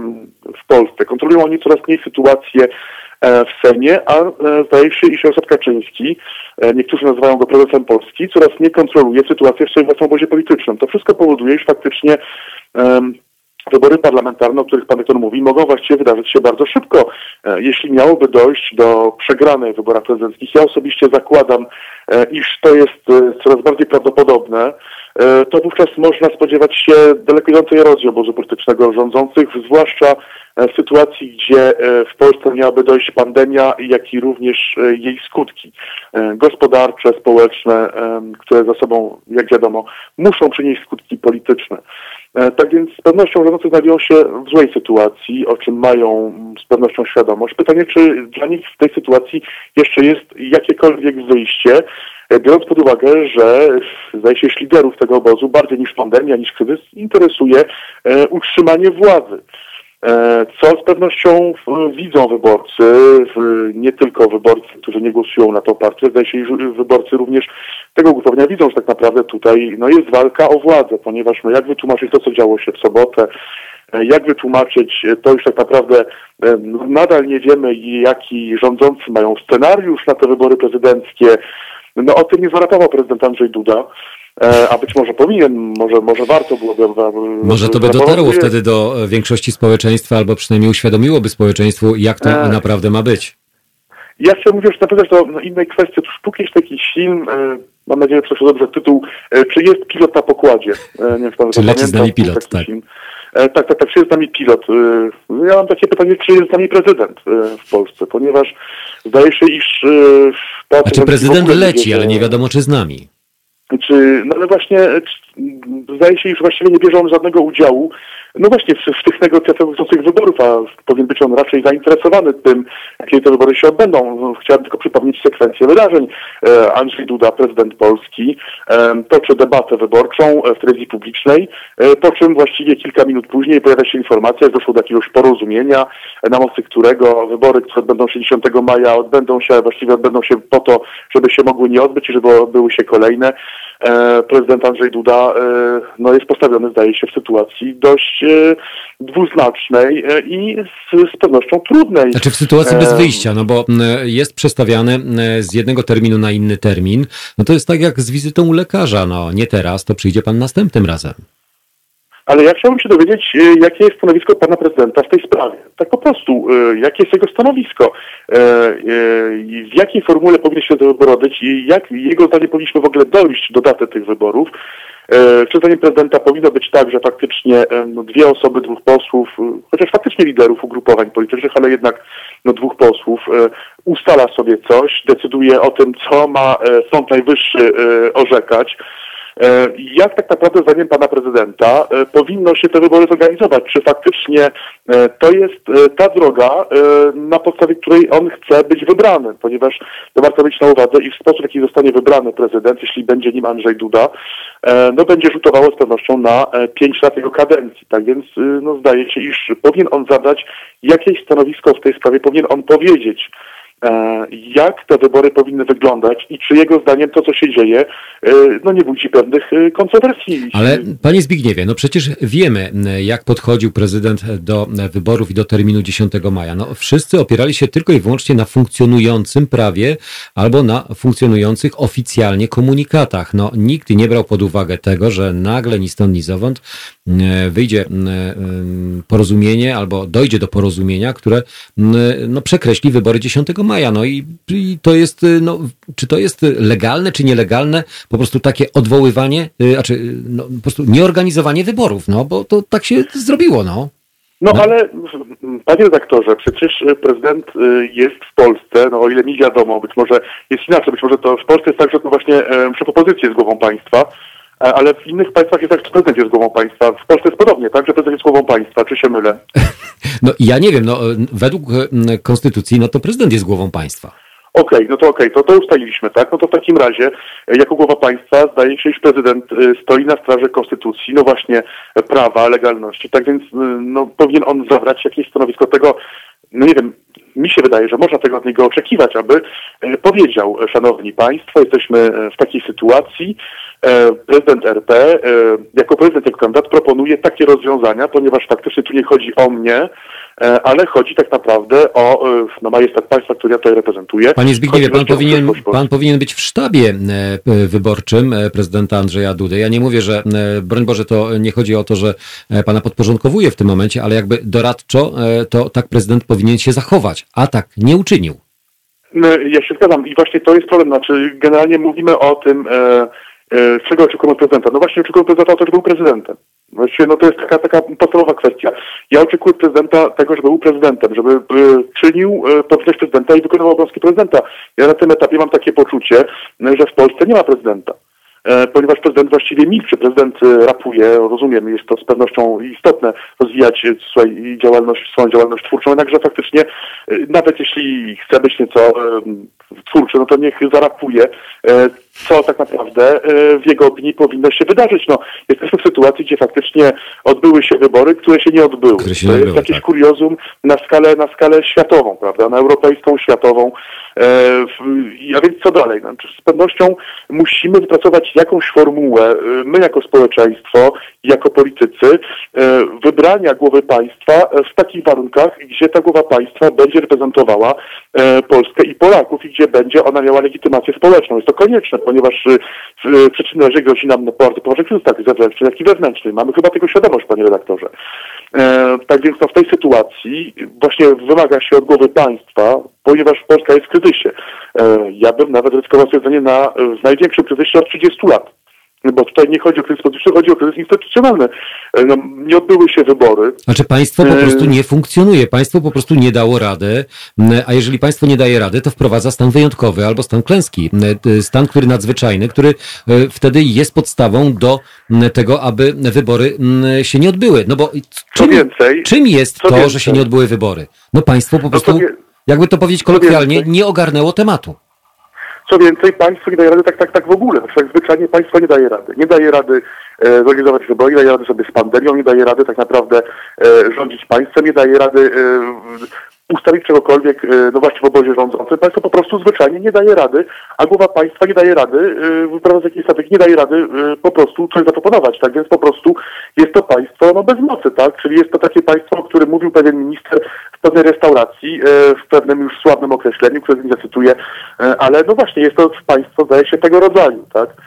w Polsce. Kontrolują oni coraz mniej sytuację w Sejmie, a zdaje się, iż Jarosław Kaczyński, niektórzy nazywają go prezesem Polski, coraz mniej kontroluje sytuację w swoim własnym obozie politycznym. To wszystko powoduje, iż faktycznie um, wybory parlamentarne, o których pan rektor mówi, mogą właściwie wydarzyć się bardzo szybko. Jeśli miałoby dojść do przegranej w wyborach prezydenckich, ja osobiście zakładam, iż to jest coraz bardziej prawdopodobne, to wówczas można spodziewać się daleko idącej erozji obozu politycznego rządzących, zwłaszcza w sytuacji, gdzie w Polsce miałaby dojść pandemia, jak i również jej skutki gospodarcze, społeczne, które za sobą, jak wiadomo, muszą przynieść skutki polityczne. Tak więc z pewnością rządzący znajdują się w złej sytuacji, o czym mają z pewnością świadomość. Pytanie, czy dla nich w tej sytuacji jeszcze jest jakiekolwiek wyjście, biorąc pod uwagę, że zdaje się, że liderów tego obozu bardziej niż pandemia, niż kryzys interesuje utrzymanie władzy. Co z pewnością widzą wyborcy, nie tylko wyborcy, którzy nie głosują na tą partię, zdaje się, że wyborcy również tego ugrupowania widzą, że tak naprawdę tutaj no, jest walka o władzę, ponieważ no, jak wytłumaczyć to, co działo się w sobotę, jak wytłumaczyć to, już tak naprawdę nadal nie wiemy, jaki rządzący mają scenariusz na te wybory prezydenckie. No o tym nie zarapował prezydent Andrzej Duda. A być może powinien, może, może warto byłoby... Może to by dotarło wtedy do większości społeczeństwa, albo przynajmniej uświadomiłoby społeczeństwu, jak to e... naprawdę ma być. Ja chcę mówić napisać do no, innej kwestii. Otóż póki jest taki film, e, mam nadzieję, że przeczytam dobrze tytuł, e, czy jest pilot na pokładzie? E, nie wiem, czy czy leci z nami pilot, tak. E, tak, tak, tak, czy jest z nami pilot? E, ja mam takie pytanie, czy jest z nami prezydent e, w Polsce, ponieważ zdaje się, iż... E, znaczy prezydent leci, wie, ale nie wiadomo, czy z nami. Czy, no ale właśnie zdaje się, że właściwie nie bierze on żadnego udziału, no właśnie w, w tych negocjacjach dotyczących wyborów, a powinien być on raczej zainteresowany tym, jakie te wybory się odbędą. Chciałem tylko przypomnieć sekwencję wydarzeń. Andrzej Duda, prezydent Polski, toczy debatę wyborczą w telewizji publicznej, po czym właściwie kilka minut później pojawia się informacja, że doszło do jakiegoś porozumienia, na mocy którego wybory, które odbędą się dziesiątego maja, odbędą się, właściwie odbędą się po to, żeby się mogły nie odbyć i żeby odbyły się kolejne. Prezydent Andrzej Duda no, jest postawiony, zdaje się, w sytuacji dość dwuznacznej i z, z pewnością trudnej. Znaczy w sytuacji bez wyjścia, no bo jest przestawiany z jednego terminu na inny termin. No to jest tak jak z wizytą u lekarza. No nie teraz, to przyjdzie pan następnym razem. Ale ja chciałbym się dowiedzieć, jakie jest stanowisko pana prezydenta w tej sprawie. Tak po prostu. wyboru, jakie jest jego stanowisko, w jakiej formule powinny się te wybory odbyć i jak jego zdaniem powinniśmy w ogóle dojść do daty tych wyborów. Czy zdaniem prezydenta powinno być tak, że faktycznie no, dwie osoby, dwóch posłów, chociaż faktycznie liderów ugrupowań politycznych, ale jednak no, dwóch posłów ustala sobie coś, decyduje o tym, co ma Sąd Najwyższy orzekać. Jak tak naprawdę zdaniem pana prezydenta powinno się te wybory zorganizować? Czy faktycznie to jest ta droga, na podstawie której on chce być wybrany? Ponieważ to warto mieć na uwadze, i w sposób, w jaki zostanie wybrany prezydent, jeśli będzie nim Andrzej Duda, no będzie rzutowało z pewnością na pięć lat jego kadencji. Tak więc no, zdaje się, iż powinien on zabrać jakieś stanowisko w tej sprawie, powinien on powiedzieć, jak te wybory powinny wyglądać i czy jego zdaniem to, co się dzieje, no nie budzi pewnych kontrowersji. Ale panie Zbigniewie, no przecież wiemy, jak podchodził prezydent do wyborów i do terminu dziesiątego maja. No wszyscy opierali się tylko i wyłącznie na funkcjonującym prawie albo na funkcjonujących oficjalnie komunikatach. No nikt nie brał pod uwagę tego, że nagle ni stąd, ni zowąd wyjdzie porozumienie albo dojdzie do porozumienia, które no, przekreśli wybory dziesiątego maja. No i, i to jest, no, czy to jest legalne, czy nielegalne? Po prostu takie odwoływanie, znaczy no, po prostu nieorganizowanie wyborów, no bo to tak się zrobiło, no. No, no ale panie redaktorze, przecież prezydent jest w Polsce, no o ile mi wiadomo, być może jest inaczej, być może to w Polsce jest tak, że to właśnie szef opozycji jest głową państwa, ale w innych państwach jest tak, że prezydent jest głową państwa. W Polsce jest podobnie, tak, że prezydent jest głową państwa. Czy się mylę? No ja nie wiem, no według konstytucji, no to prezydent jest głową państwa. Okej, okay, no to okej, okay, to, to ustaliliśmy, tak? No to w takim razie, jako głowa państwa, zdaje się, iż prezydent stoi na straży konstytucji, no właśnie prawa, legalności, tak więc no, powinien on zabrać jakieś stanowisko tego, no nie wiem, mi się wydaje, że można tego od niego oczekiwać, aby powiedział, szanowni państwo, jesteśmy w takiej sytuacji, prezydent R P, jako prezydent, jako kandydat proponuje takie rozwiązania, ponieważ faktycznie tu nie chodzi o mnie, ale chodzi tak naprawdę o no, majestat państwa, który ja tutaj reprezentuję. Panie Zbigniewie, pan powinien, pan powinien być w sztabie wyborczym prezydenta Andrzeja Dudy. Ja nie mówię, że broń Boże, to nie chodzi o to, że pana podporządkowuje w tym momencie, ale jakby doradczo to tak prezydent powinien się zachować, a tak nie uczynił. Ja się zgadzam i właśnie to jest problem. Znaczy generalnie mówimy o tym, czego oczekujemy prezydenta. No właśnie oczekujemy prezydenta o to, żeby był prezydentem. Właściwie no to jest taka, taka podstawowa kwestia. Ja oczekuję prezydenta tego, żeby był prezydentem, żeby y, czynił y, powinność prezydenta i wykonywał obowiązki prezydenta. Ja na tym etapie mam takie poczucie, y, że w Polsce nie ma prezydenta. Y, ponieważ prezydent właściwie milczy, prezydent y, rapuje, rozumiem, jest to z pewnością istotne, rozwijać y, swoją działalność, swoją działalność twórczą, jednakże faktycznie y, nawet jeśli chce być nieco y, twórczy, no to niech zarapuje, co tak naprawdę w jego opinii powinno się wydarzyć. No, jesteśmy w sytuacji, gdzie faktycznie odbyły się wybory, które się nie odbyły. Które się to nie jest odbyły, jakieś tak. kuriozum na skalę, na skalę światową, prawda? Na europejską, światową. A więc co dalej? Znaczy, z pewnością musimy wypracować jakąś formułę, my jako społeczeństwo, jako politycy, wybrania głowy państwa w takich warunkach, gdzie ta głowa państwa będzie reprezentowała Polskę i Polaków i gdzie będzie ona miała legitymację społeczną. Jest to konieczne, ponieważ w przyczynnym razie grozi nam bardzo poważny kryzys, tak zewnętrzny, jak i wewnętrzny. Mamy chyba tego świadomość, panie redaktorze. E, tak więc no, w tej sytuacji właśnie wymaga się od głowy państwa, ponieważ Polska jest w kryzysie. E, ja bym nawet ryzykował stwierdzenie na w największym kryzysie od trzydziestu lat. Bo tutaj nie chodzi o kryzys polityczny, chodzi o kryzys instytucjonalny. No, nie odbyły się wybory. Znaczy państwo po prostu nie funkcjonuje. Państwo po prostu nie dało rady, a jeżeli państwo nie daje rady, to wprowadza stan wyjątkowy albo stan klęski. Stan, który nadzwyczajny, który wtedy jest podstawą do tego, aby wybory się nie odbyły. No bo czym, więcej, czym jest to, więcej. że się nie odbyły wybory? No państwo po prostu, no wie, jakby to powiedzieć kolokwialnie, nie ogarnęło tematu. Co więcej, państwo nie daje rady tak, tak, tak w ogóle. Tak zwyczajnie państwo nie daje rady. Nie daje rady e, zorganizować wybory, nie daje rady sobie z pandemią, nie daje rady tak naprawdę e, rządzić państwem, nie daje rady e, ustalić czegokolwiek, e, no właśnie w obozie rządzącym. Państwo po prostu zwyczajnie nie daje rady, a głowa państwa nie daje rady e, wypracować jakiejś strategii, nie daje rady e, po prostu coś zaproponować. Tak więc po prostu jest to państwo no, bez mocy, tak? Czyli jest to takie państwo, o którym mówił pewien minister w pewnej restauracji, e, w pewnym już sławnym określeniu, które nie zacytuję, e, ale no właśnie jest to państwo, zdaje się, tego rodzaju, tak?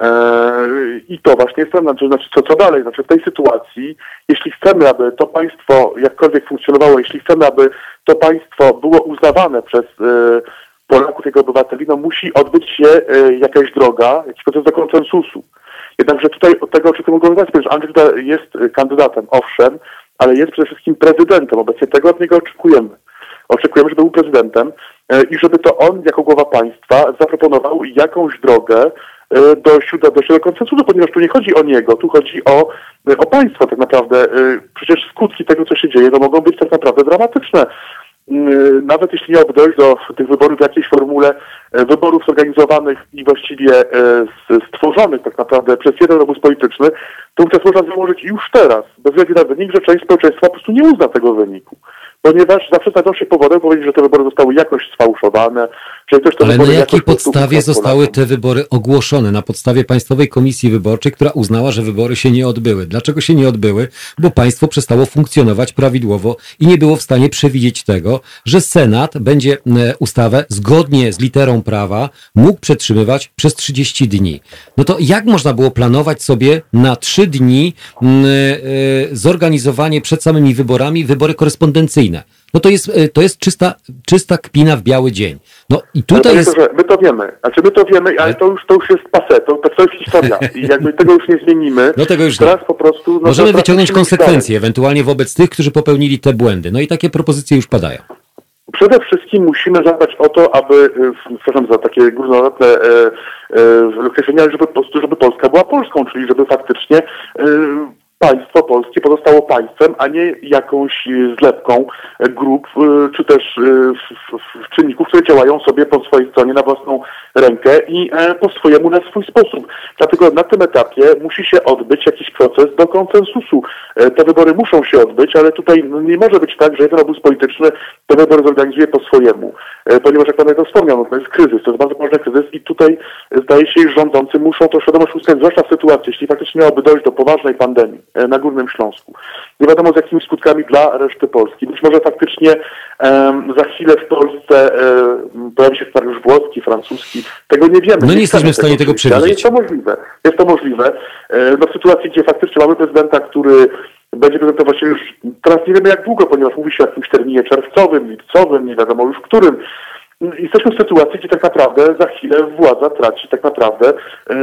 I to właśnie jest prawda. Znaczy, co, co dalej? Znaczy w tej sytuacji, jeśli chcemy, aby to państwo jakkolwiek funkcjonowało, jeśli chcemy, aby to państwo było uznawane przez Polaków, jego obywateli, no musi odbyć się jakaś droga, jakiś proces do konsensusu. Jednakże tutaj od tego oczekujemy organizacji, że Andrzej Duda jest kandydatem, owszem, ale jest przede wszystkim prezydentem. Obecnie tego od niego oczekujemy. Oczekujemy, żeby był prezydentem i żeby to on jako głowa państwa zaproponował jakąś drogę do siódmego, do siódmego konsensusu, ponieważ tu nie chodzi o niego, tu chodzi o, o państwo tak naprawdę. Przecież skutki tego, co się dzieje, no mogą być tak naprawdę dramatyczne. Nawet jeśli miałoby dojść do tych wyborów w jakiejś formule, wyborów zorganizowanych i właściwie stworzonych tak naprawdę przez jeden obóz polityczny, to wówczas można założyć już teraz, bez względu na wynik, że część społeczeństwa po prostu nie uzna tego wyniku. Ponieważ zawsze znajdą się powody powiedzieć, że te wybory zostały jakoś sfałszowane, że ktoś te Ale wybory na jakiej jakoś podstawie zostały te wybory ogłoszone? Na podstawie Państwowej Komisji Wyborczej, która uznała, że wybory się nie odbyły. Dlaczego się nie odbyły? Bo państwo przestało funkcjonować prawidłowo i nie było w stanie przewidzieć tego, że Senat będzie ustawę zgodnie z literą prawa mógł przetrzymywać przez trzydzieści dni. No to jak można było planować sobie na trzy dni zorganizowanie przed samymi wyborami wybory korespondencyjne? No to jest, to jest czysta, czysta kpina w biały dzień. No i tutaj jest... To, my to wiemy, znaczy my to wiemy, ale to już, to już jest passé, to, to jest historia i jakby tego już nie zmienimy. No tego już teraz nie. po prostu... No Możemy to wyciągnąć konsekwencje ewentualnie wobec tych, którzy popełnili te błędy. No i takie propozycje już padają. Przede wszystkim musimy zadbać o to, aby, przepraszam za takie górnolotne e, e, określenia, ale żeby po prostu, żeby Polska była Polską, czyli żeby faktycznie e, państwo polskie pozostało państwem, a nie jakąś zlepką grup, czy też czynników, które działają sobie po swojej stronie na własną rękę i po swojemu na swój sposób. Dlatego na tym etapie musi się odbyć jakiś proces do konsensusu. Te wybory muszą się odbyć, ale tutaj nie może być tak, że jeden obóz polityczny te wybory zorganizuje po swojemu. Ponieważ jak pan to wspomniał, no to jest kryzys, to jest bardzo poważny kryzys i tutaj zdaje się, że rządzący muszą to świadomość uzyskać, zwłaszcza w sytuacji, jeśli faktycznie miałoby dojść do poważnej pandemii na Górnym Śląsku. Nie wiadomo z jakimi skutkami dla reszty Polski. Być może faktycznie um, za chwilę w Polsce um, pojawi się scenariusz włoski, francuski. Tego nie wiemy. No nie, nie jesteśmy w stanie tego przewidzieć. Ale jest to możliwe. Jest to możliwe. E, no w sytuacji, gdzie faktycznie mamy prezydenta, który będzie prezentował się już, teraz nie wiemy jak długo, ponieważ mówi się o jakimś terminie czerwcowym, lipcowym, nie wiadomo już którym. Jesteśmy w sytuacji, gdzie tak naprawdę za chwilę władza traci tak naprawdę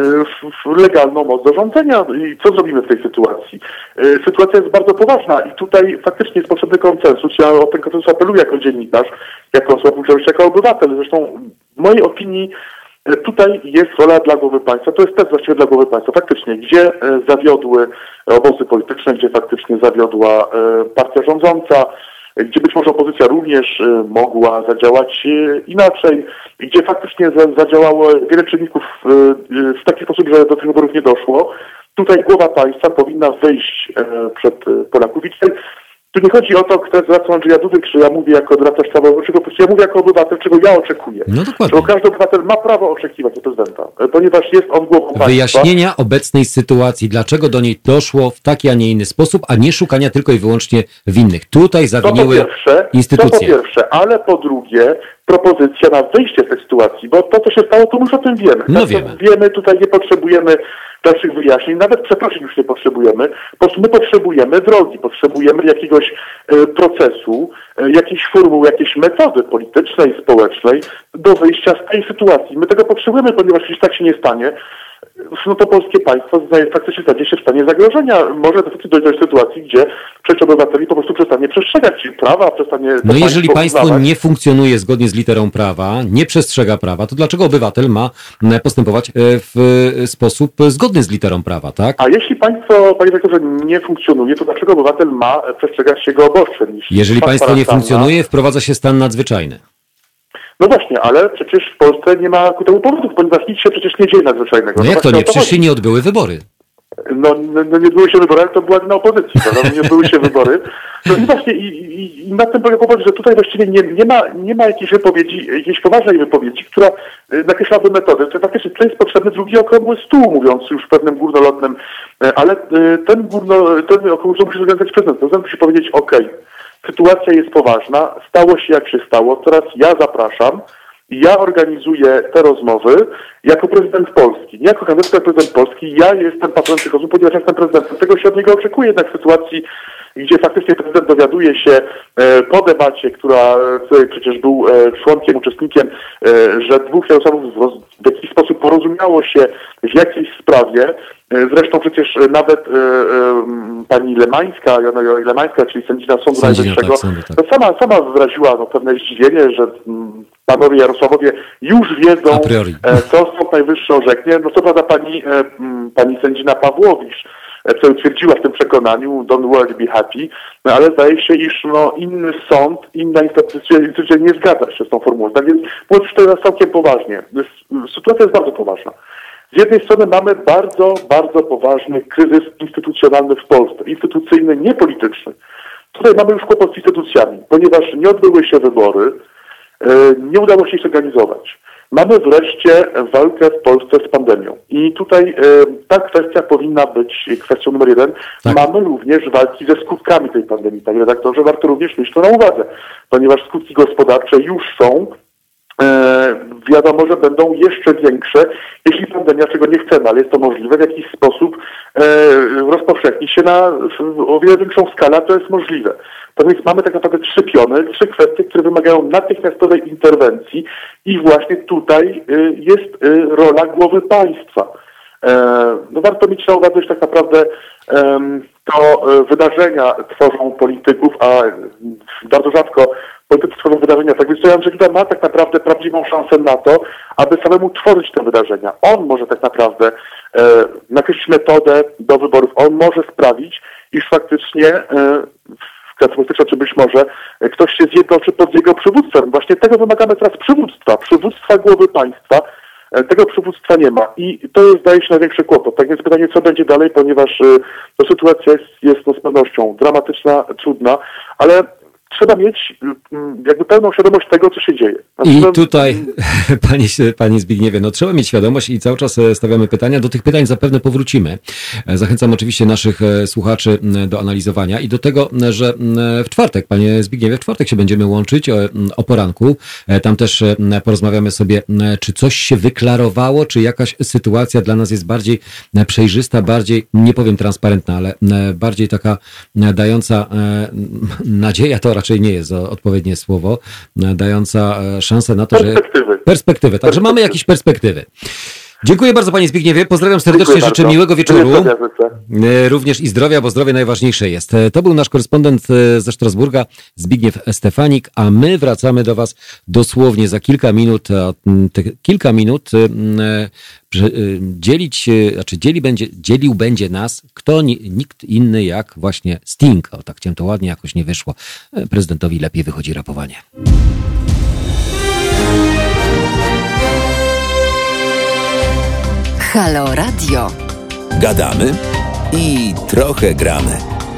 e, legalną moc do rządzenia. I co zrobimy w tej sytuacji? E, sytuacja jest bardzo poważna i tutaj faktycznie jest potrzebny konsensus. Ja o ten konsensus apeluję jako dziennikarz, jako osoba publiczna, jako obywatel. Zresztą w mojej opinii e, tutaj jest rola dla głowy państwa. To jest test właściwie dla głowy państwa. Faktycznie, gdzie e, zawiodły obozy polityczne, gdzie faktycznie zawiodła e, partia rządząca, gdzie być może opozycja również y, mogła zadziałać y, inaczej, gdzie faktycznie za, zadziałało wiele czynników y, y, w taki sposób, że do tych wyborów nie doszło. Tutaj głowa państwa powinna wyjść y, przed Polaków. I tutaj tu nie chodzi o to, kto jest doradcą Andrzeja Dudy, czy ja mówię jako doradca sztabowy, czego ja mówię jako obywatel, czego ja oczekuję. No dokładnie. Czego każdy obywatel ma prawo oczekiwać od prezydenta, ponieważ jest on głową państwa. Wyjaśnienia obecnej sytuacji, dlaczego do niej doszło w taki, a nie inny sposób, a nie szukania tylko i wyłącznie winnych. Tutaj zawiniły to po pierwsze, instytucje. To po pierwsze, ale po drugie propozycja na wyjście z tej sytuacji, bo to, co się stało, to już o tym wiemy. No tak, wiemy. Wiemy, tutaj nie potrzebujemy dalszych wyjaśnień, nawet przeprosin już nie potrzebujemy. Po prostu my potrzebujemy drogi, potrzebujemy jakiegoś e, procesu, e, jakiejś formuły, jakiejś metody politycznej, społecznej do wyjścia z tej sytuacji. My tego potrzebujemy, ponieważ jeśli tak się nie stanie, no to polskie państwo faktycznie znajdzie się w stanie zagrożenia. Może dotyczyć dojść do sytuacji, gdzie część obywateli po prostu przestanie przestrzegać prawa, przestanie... No jeżeli państwo uznawać. nie funkcjonuje zgodnie z literą prawa, nie przestrzega prawa, to dlaczego obywatel ma postępować w sposób zgodny z literą prawa, tak? A jeśli państwo, panie rektorze, nie funkcjonuje, to dlaczego obywatel ma przestrzegać jego obostrzeń? Jeżeli państwo nie funkcjonuje, wprowadza się stan nadzwyczajny. No właśnie, ale przecież w Polsce nie ma ku temu powodów, ponieważ nic się przecież nie dzieje nadzwyczajnego. No, no jak to nie? Przecież się nie odbyły wybory. No, no, no nie odbyły się wybory, ale to była na opozycji, prawda? Nie odbyły się wybory. No i właśnie i, i, i na tym polega powód, że tutaj właściwie nie, nie, ma, nie ma jakiejś wypowiedzi, jakiejś poważnej wypowiedzi, która nakreślałaby metodę. To faktycznie tutaj jest potrzebny drugi okrągły stół, mówiąc już w pewnym górnolotnym, ale ten, górno, ten okrągły stół musi zorganizować prezydent. Prezydent musi powiedzieć, okej, okay, sytuacja jest poważna, stało się jak się stało, teraz ja zapraszam I ja organizuję te rozmowy jako prezydent Polski. Nie jako kandydat, jako prezydent Polski. Ja jestem patronem tych rozmów, ponieważ jestem prezydentem. Tego się od niego oczekuje jednak w sytuacji, gdzie faktycznie prezydent dowiaduje się e, po debacie, która której przecież był e, członkiem, uczestnikiem, e, że dwóch Jarosławów w, w jakiś sposób porozumiało się w jakiejś sprawie. E, zresztą przecież nawet e, e, pani Lemańska, Joanna Lemańska, czyli sędzina Sądu Najwyższego, tak, tak. sama, sama wyraziła no, pewne zdziwienie, że m, panowie Jarosławowie już wiedzą, e, co Sąd Najwyższy orzeknie. No co prawda pani, e, m, pani sędzina Pawłowicz co utwierdziła w tym przekonaniu, don't worry, be happy, no ale zdaje się, iż no, inny sąd, inna instytucja, instytucja nie zgadza się z tą formułą. Tak więc mówiąc to jest całkiem poważnie. Sytuacja jest bardzo poważna. Z jednej strony mamy bardzo, bardzo poważny kryzys instytucjonalny w Polsce. Instytucyjny, nie polityczny. Tutaj mamy już kłopot z instytucjami, ponieważ nie odbyły się wybory, nie udało się ich zorganizować. Mamy wreszcie walkę w Polsce z pandemią. I tutaj e, ta kwestia powinna być kwestią numer jeden. Tak. Mamy również walki ze skutkami tej pandemii. Panie redaktorze, warto również mieć to na uwadze, ponieważ skutki gospodarcze już są. E, wiadomo, że będą jeszcze większe, jeśli pandemia, czego nie chcemy, ale jest to możliwe, w jakiś sposób e, rozpowszechni się na o wiele większą skalę, to jest możliwe. To więc mamy tak naprawdę trzy piony, trzy kwestie, które wymagają natychmiastowej interwencji i właśnie tutaj y, jest y, rola głowy państwa. E, no warto mieć na uwadze, że tak naprawdę um, to y, wydarzenia tworzą polityków, a y, bardzo rzadko politycy tworzą wydarzenia. Tak więc Andrzej Duda ma tak naprawdę prawdziwą szansę na to, aby samemu tworzyć te wydarzenia. On może tak naprawdę e, nakreślić metodę do wyborów. On może sprawić, iż faktycznie e, polityczna, czy być może ktoś się zjednoczy pod jego przywództwem. Właśnie tego wymagamy teraz przywództwa, przywództwa głowy państwa. Tego przywództwa nie ma i to jest, zdaje się, największy kłopot. Tak więc pytanie, co będzie dalej, ponieważ y, ta sytuacja jest, jest no, z pewnością dramatyczna, trudna, ale trzeba mieć y, jakby pełną świadomość tego, co się dzieje. I tutaj, panie, panie Zbigniewie, no trzeba mieć świadomość i cały czas stawiamy pytania. Do tych pytań zapewne powrócimy. Zachęcam oczywiście naszych słuchaczy do analizowania i do tego, że w czwartek, panie Zbigniewie, w czwartek się będziemy łączyć o, o poranku. Tam też porozmawiamy sobie, czy coś się wyklarowało, czy jakaś sytuacja dla nas jest bardziej przejrzysta, bardziej, nie powiem transparentna, ale bardziej taka dająca nadzieja, to raczej nie jest odpowiednie słowo, dająca szansę na to, że... Perspektywy. Perspektywy. Także mamy jakieś perspektywy. Dziękuję bardzo, panie Zbigniewie. Pozdrawiam serdecznie, Dziękuję życzę bardzo. miłego wieczoru. Również i zdrowia, bo zdrowie najważniejsze jest. To był nasz korespondent ze Strasburga, Zbigniew Stefanik, a my wracamy do was dosłownie za kilka minut. Te kilka minut dzielić, znaczy dzieli będzie, dzielił będzie nas kto, nikt inny jak właśnie Sting. O, tak chciałem, to ładnie jakoś nie wyszło. Prezydentowi lepiej wychodzi rapowanie. Halo Radio. Gadamy i trochę gramy.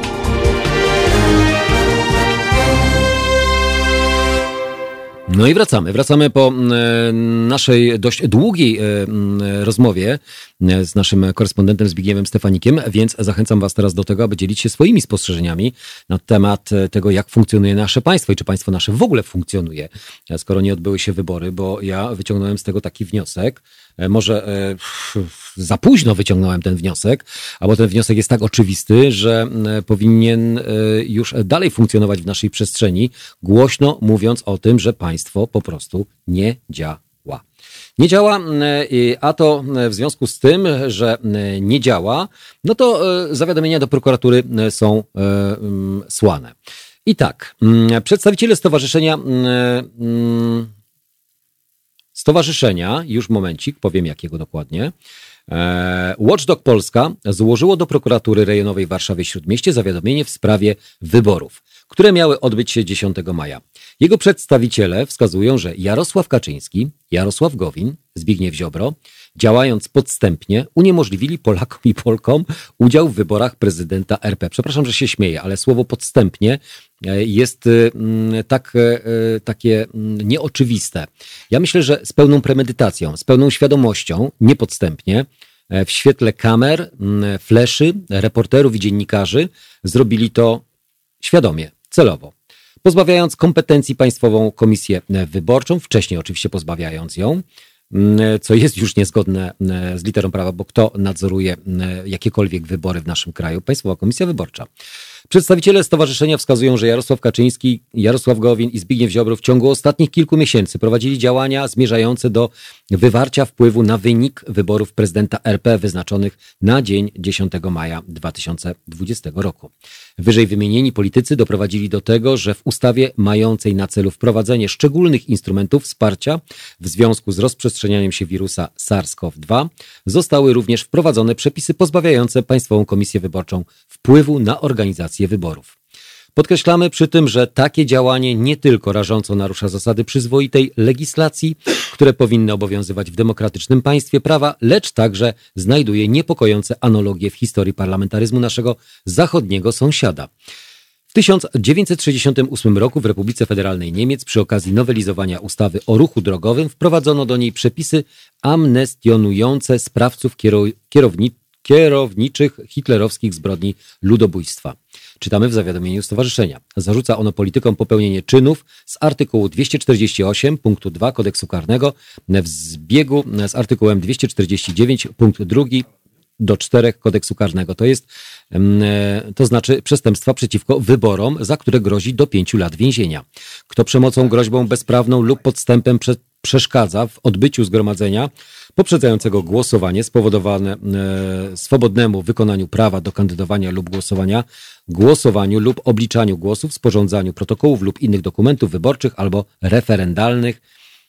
No i wracamy. Wracamy po naszej dość długiej rozmowie z naszym korespondentem Zbigniewem Stefanikiem, więc zachęcam was teraz do tego, aby dzielić się swoimi spostrzeżeniami na temat tego, jak funkcjonuje nasze państwo i czy państwo nasze w ogóle funkcjonuje, skoro nie odbyły się wybory, bo ja wyciągnąłem z tego taki wniosek, może e, za późno wyciągnąłem ten wniosek, albo ten wniosek jest tak oczywisty, że e, powinien e, już dalej funkcjonować w naszej przestrzeni, głośno mówiąc o tym, że państwo po prostu nie działa. Nie działa, e, a to w związku z tym, że nie działa, no to e, zawiadomienia do prokuratury są e, m, słane. I tak, m, przedstawiciele stowarzyszenia m, Stowarzyszenia, już momencik, powiem jakiego dokładnie, Watchdog Polska złożyło do prokuratury rejonowej w Warszawie-Śródmieście zawiadomienie w sprawie wyborów, które miały odbyć się dziesiątego maja. Jego przedstawiciele wskazują, że Jarosław Kaczyński, Jarosław Gowin, Zbigniew Ziobro, działając podstępnie, uniemożliwili Polakom i Polkom udział w wyborach prezydenta R P. Przepraszam, że się śmieję, ale słowo podstępnie jest tak, takie nieoczywiste. Ja myślę, że z pełną premedytacją, z pełną świadomością, niepodstępnie, w świetle kamer, fleszy, reporterów i dziennikarzy zrobili to świadomie, celowo. pozbawiając kompetencji Państwową Komisję Wyborczą, wcześniej oczywiście pozbawiając ją, co jest już niezgodne z literą prawa, bo kto nadzoruje jakiekolwiek wybory w naszym kraju? Państwowa Komisja Wyborcza. Przedstawiciele stowarzyszenia wskazują, że Jarosław Kaczyński, Jarosław Gowin i Zbigniew Ziobro w ciągu ostatnich kilku miesięcy prowadzili działania zmierzające do wywarcia wpływu na wynik wyborów prezydenta R P wyznaczonych na dzień dziesiątego maja dwa tysiące dwudziestego roku. Wyżej wymienieni politycy doprowadzili do tego, że w ustawie mającej na celu wprowadzenie szczególnych instrumentów wsparcia w związku z rozprzestrzenianiem się wirusa SARS-CoV dwa zostały również wprowadzone przepisy pozbawiające Państwową Komisję Wyborczą wpływu na organizację wyborów. Podkreślamy przy tym, że takie działanie nie tylko rażąco narusza zasady przyzwoitej legislacji, które powinny obowiązywać w demokratycznym państwie prawa, lecz także znajduje niepokojące analogie w historii parlamentaryzmu naszego zachodniego sąsiada. W tysiąc dziewięćset sześćdziesiątym ósmym roku w Republice Federalnej Niemiec przy okazji nowelizowania ustawy o ruchu drogowym wprowadzono do niej przepisy amnestionujące sprawców kierowni- kierowniczych hitlerowskich zbrodni ludobójstwa. Czytamy w zawiadomieniu stowarzyszenia. Zarzuca ono politykom popełnienie czynów z artykułu dwieście czterdzieści osiem punktu dwa Kodeksu Karnego w zbiegu z artykułem dwieście czterdzieści dziewięć punkt dwa do czterech Kodeksu Karnego. To jest, to znaczy przestępstwa przeciwko wyborom, za które grozi do pięciu lat więzienia. Kto przemocą, groźbą bezprawną lub podstępem prze, przeszkadza w odbyciu zgromadzenia poprzedzającego głosowanie spowodowane e, swobodnemu wykonaniu prawa do kandydowania lub głosowania, głosowaniu lub obliczaniu głosów, sporządzaniu protokołów lub innych dokumentów wyborczych albo referendalnych.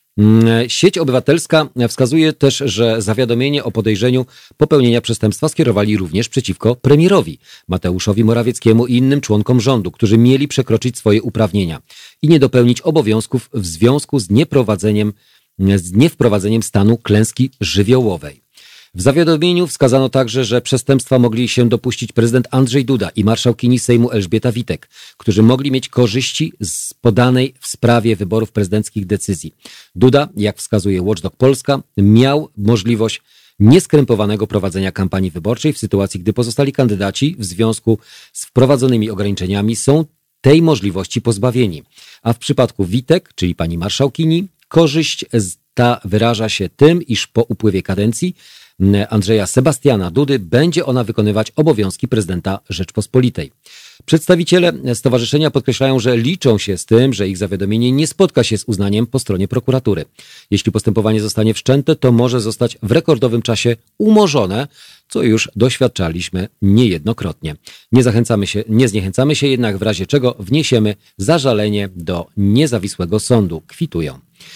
Sieć Obywatelska wskazuje też, że zawiadomienie o podejrzeniu popełnienia przestępstwa skierowali również przeciwko premierowi Mateuszowi Morawieckiemu i innym członkom rządu, którzy mieli przekroczyć swoje uprawnienia i nie dopełnić obowiązków w związku z nieprowadzeniem, z niewprowadzeniem stanu klęski żywiołowej. W zawiadomieniu wskazano także, że przestępstwa mogli się dopuścić prezydent Andrzej Duda i marszałkini Sejmu Elżbieta Witek, którzy mogli mieć korzyści z podanej w sprawie wyborów prezydenckich decyzji. Duda, jak wskazuje Watchdog Polska, miał możliwość nieskrępowanego prowadzenia kampanii wyborczej w sytuacji, gdy pozostali kandydaci w związku z wprowadzonymi ograniczeniami są tej możliwości pozbawieni. A w przypadku Witek, czyli pani marszałkini, korzyść ta wyraża się tym, iż po upływie kadencji Andrzeja Sebastiana Dudy będzie ona wykonywać obowiązki prezydenta Rzeczpospolitej. Przedstawiciele stowarzyszenia podkreślają, że liczą się z tym, że ich zawiadomienie nie spotka się z uznaniem po stronie prokuratury. Jeśli postępowanie zostanie wszczęte, to może zostać w rekordowym czasie umorzone, co już doświadczaliśmy niejednokrotnie. Nie zachęcamy się, nie zniechęcamy się jednak, w razie czego wniesiemy zażalenie do niezawisłego sądu. Kwitują.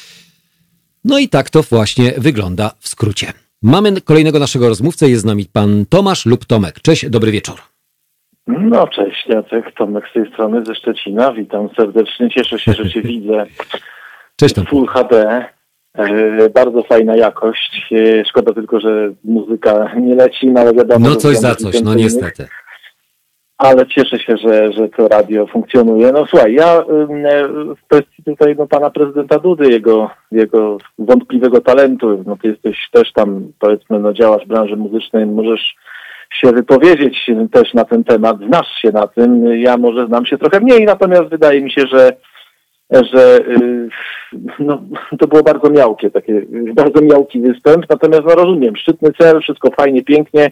No i tak to właśnie wygląda w skrócie. Mamy kolejnego naszego rozmówcę, jest z nami pan Tomasz lub Tomek. Cześć, dobry wieczór. No cześć, Jacek, Tomek z tej strony, ze Szczecina. Witam serdecznie, cieszę się, że cię widzę. Cześć Tomek. Full H D, e, bardzo fajna jakość. E, szkoda tylko, że muzyka nie leci, no ale wiadomo... No coś za coś, no niestety. Ale cieszę się, że, że to radio funkcjonuje. No słuchaj, ja w kwestii tutaj no, pana prezydenta Dudy, jego, jego wątpliwego talentu, no ty jesteś też tam, powiedzmy, no działasz w branży muzycznej, możesz się wypowiedzieć też na ten temat, znasz się na tym, ja może znam się trochę mniej, natomiast wydaje mi się, że że no, to było bardzo miałkie, takie bardzo miałki występ, natomiast no rozumiem, szczytny cel, wszystko fajnie, pięknie.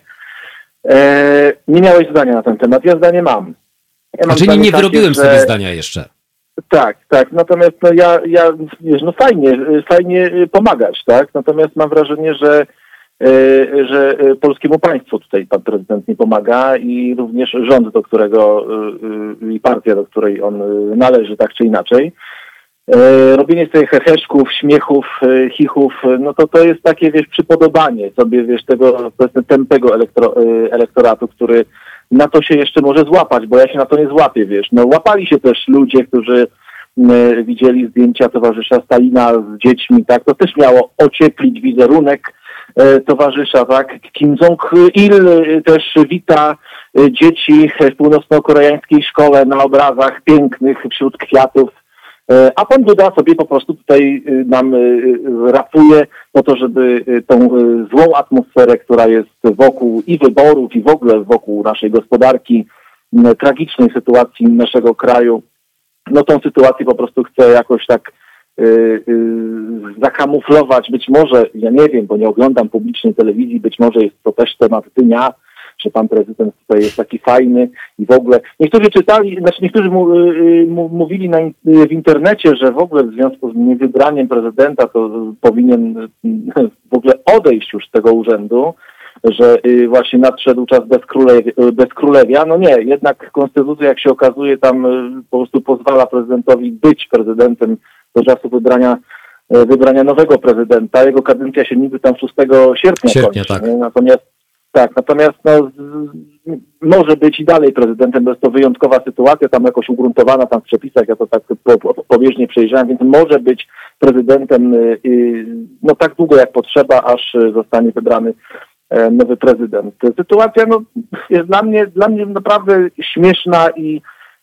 E, nie miałeś zdania na ten temat, ja zdanie mam. Ja mam znaczy nie, nie takie, wyrobiłem że... sobie zdania jeszcze. Tak, tak, natomiast no ja, ja wiesz, no fajnie, fajnie pomagać, tak, natomiast mam wrażenie, że e, że polskiemu państwu tutaj pan prezydent nie pomaga i również rząd, do którego e, i partia, do której on należy, tak czy inaczej. E, robienie sobie heheszków, śmiechów, e, chichów, no to to jest takie, wiesz, przypodobanie sobie, wiesz, tego powiedzmy tępego elektro, e, elektoratu, który na to się jeszcze może złapać, bo ja się na to nie złapię, wiesz. No łapali się też ludzie, którzy e, widzieli zdjęcia towarzysza Stalina z dziećmi, tak, to też miało ocieplić wizerunek e, towarzysza, tak. Kim Jong-il e, też wita e, dzieci w północno-koreańskiej szkole na obrazach pięknych wśród kwiatów. A pan Duda sobie po prostu tutaj nam rapuje po to, żeby tą złą atmosferę, która jest wokół i wyborów, i w ogóle wokół naszej gospodarki, tragicznej sytuacji naszego kraju, no tą sytuację po prostu chce jakoś tak yy, yy, zakamuflować. Być może, ja nie wiem, bo nie oglądam publicznej telewizji, być może jest to też temat dnia, że pan prezydent tutaj jest taki fajny i w ogóle. Niektórzy czytali, znaczy niektórzy mu, yy, mówili na, yy, w internecie, że w ogóle w związku z niewybraniem prezydenta to powinien yy, w ogóle odejść już z tego urzędu, że yy, właśnie nadszedł czas bez, królew, yy, bez królewia. No nie, jednak konstytucja, jak się okazuje, tam yy, po prostu pozwala prezydentowi być prezydentem do czasu wybrania yy, wybrania nowego prezydenta. Jego kadencja się niby tam szóstego sierpnia, Sierpnia, kończy. tak. Natomiast Tak, natomiast no, z, może być i dalej prezydentem, to jest to wyjątkowa sytuacja, tam jakoś ugruntowana tam w przepisach, ja to tak po, po, pobieżnie przejrzałem, więc może być prezydentem y, y, no tak długo jak potrzeba, aż zostanie wybrany e, nowy prezydent. Sytuacja no, jest dla mnie, dla mnie naprawdę śmieszna i,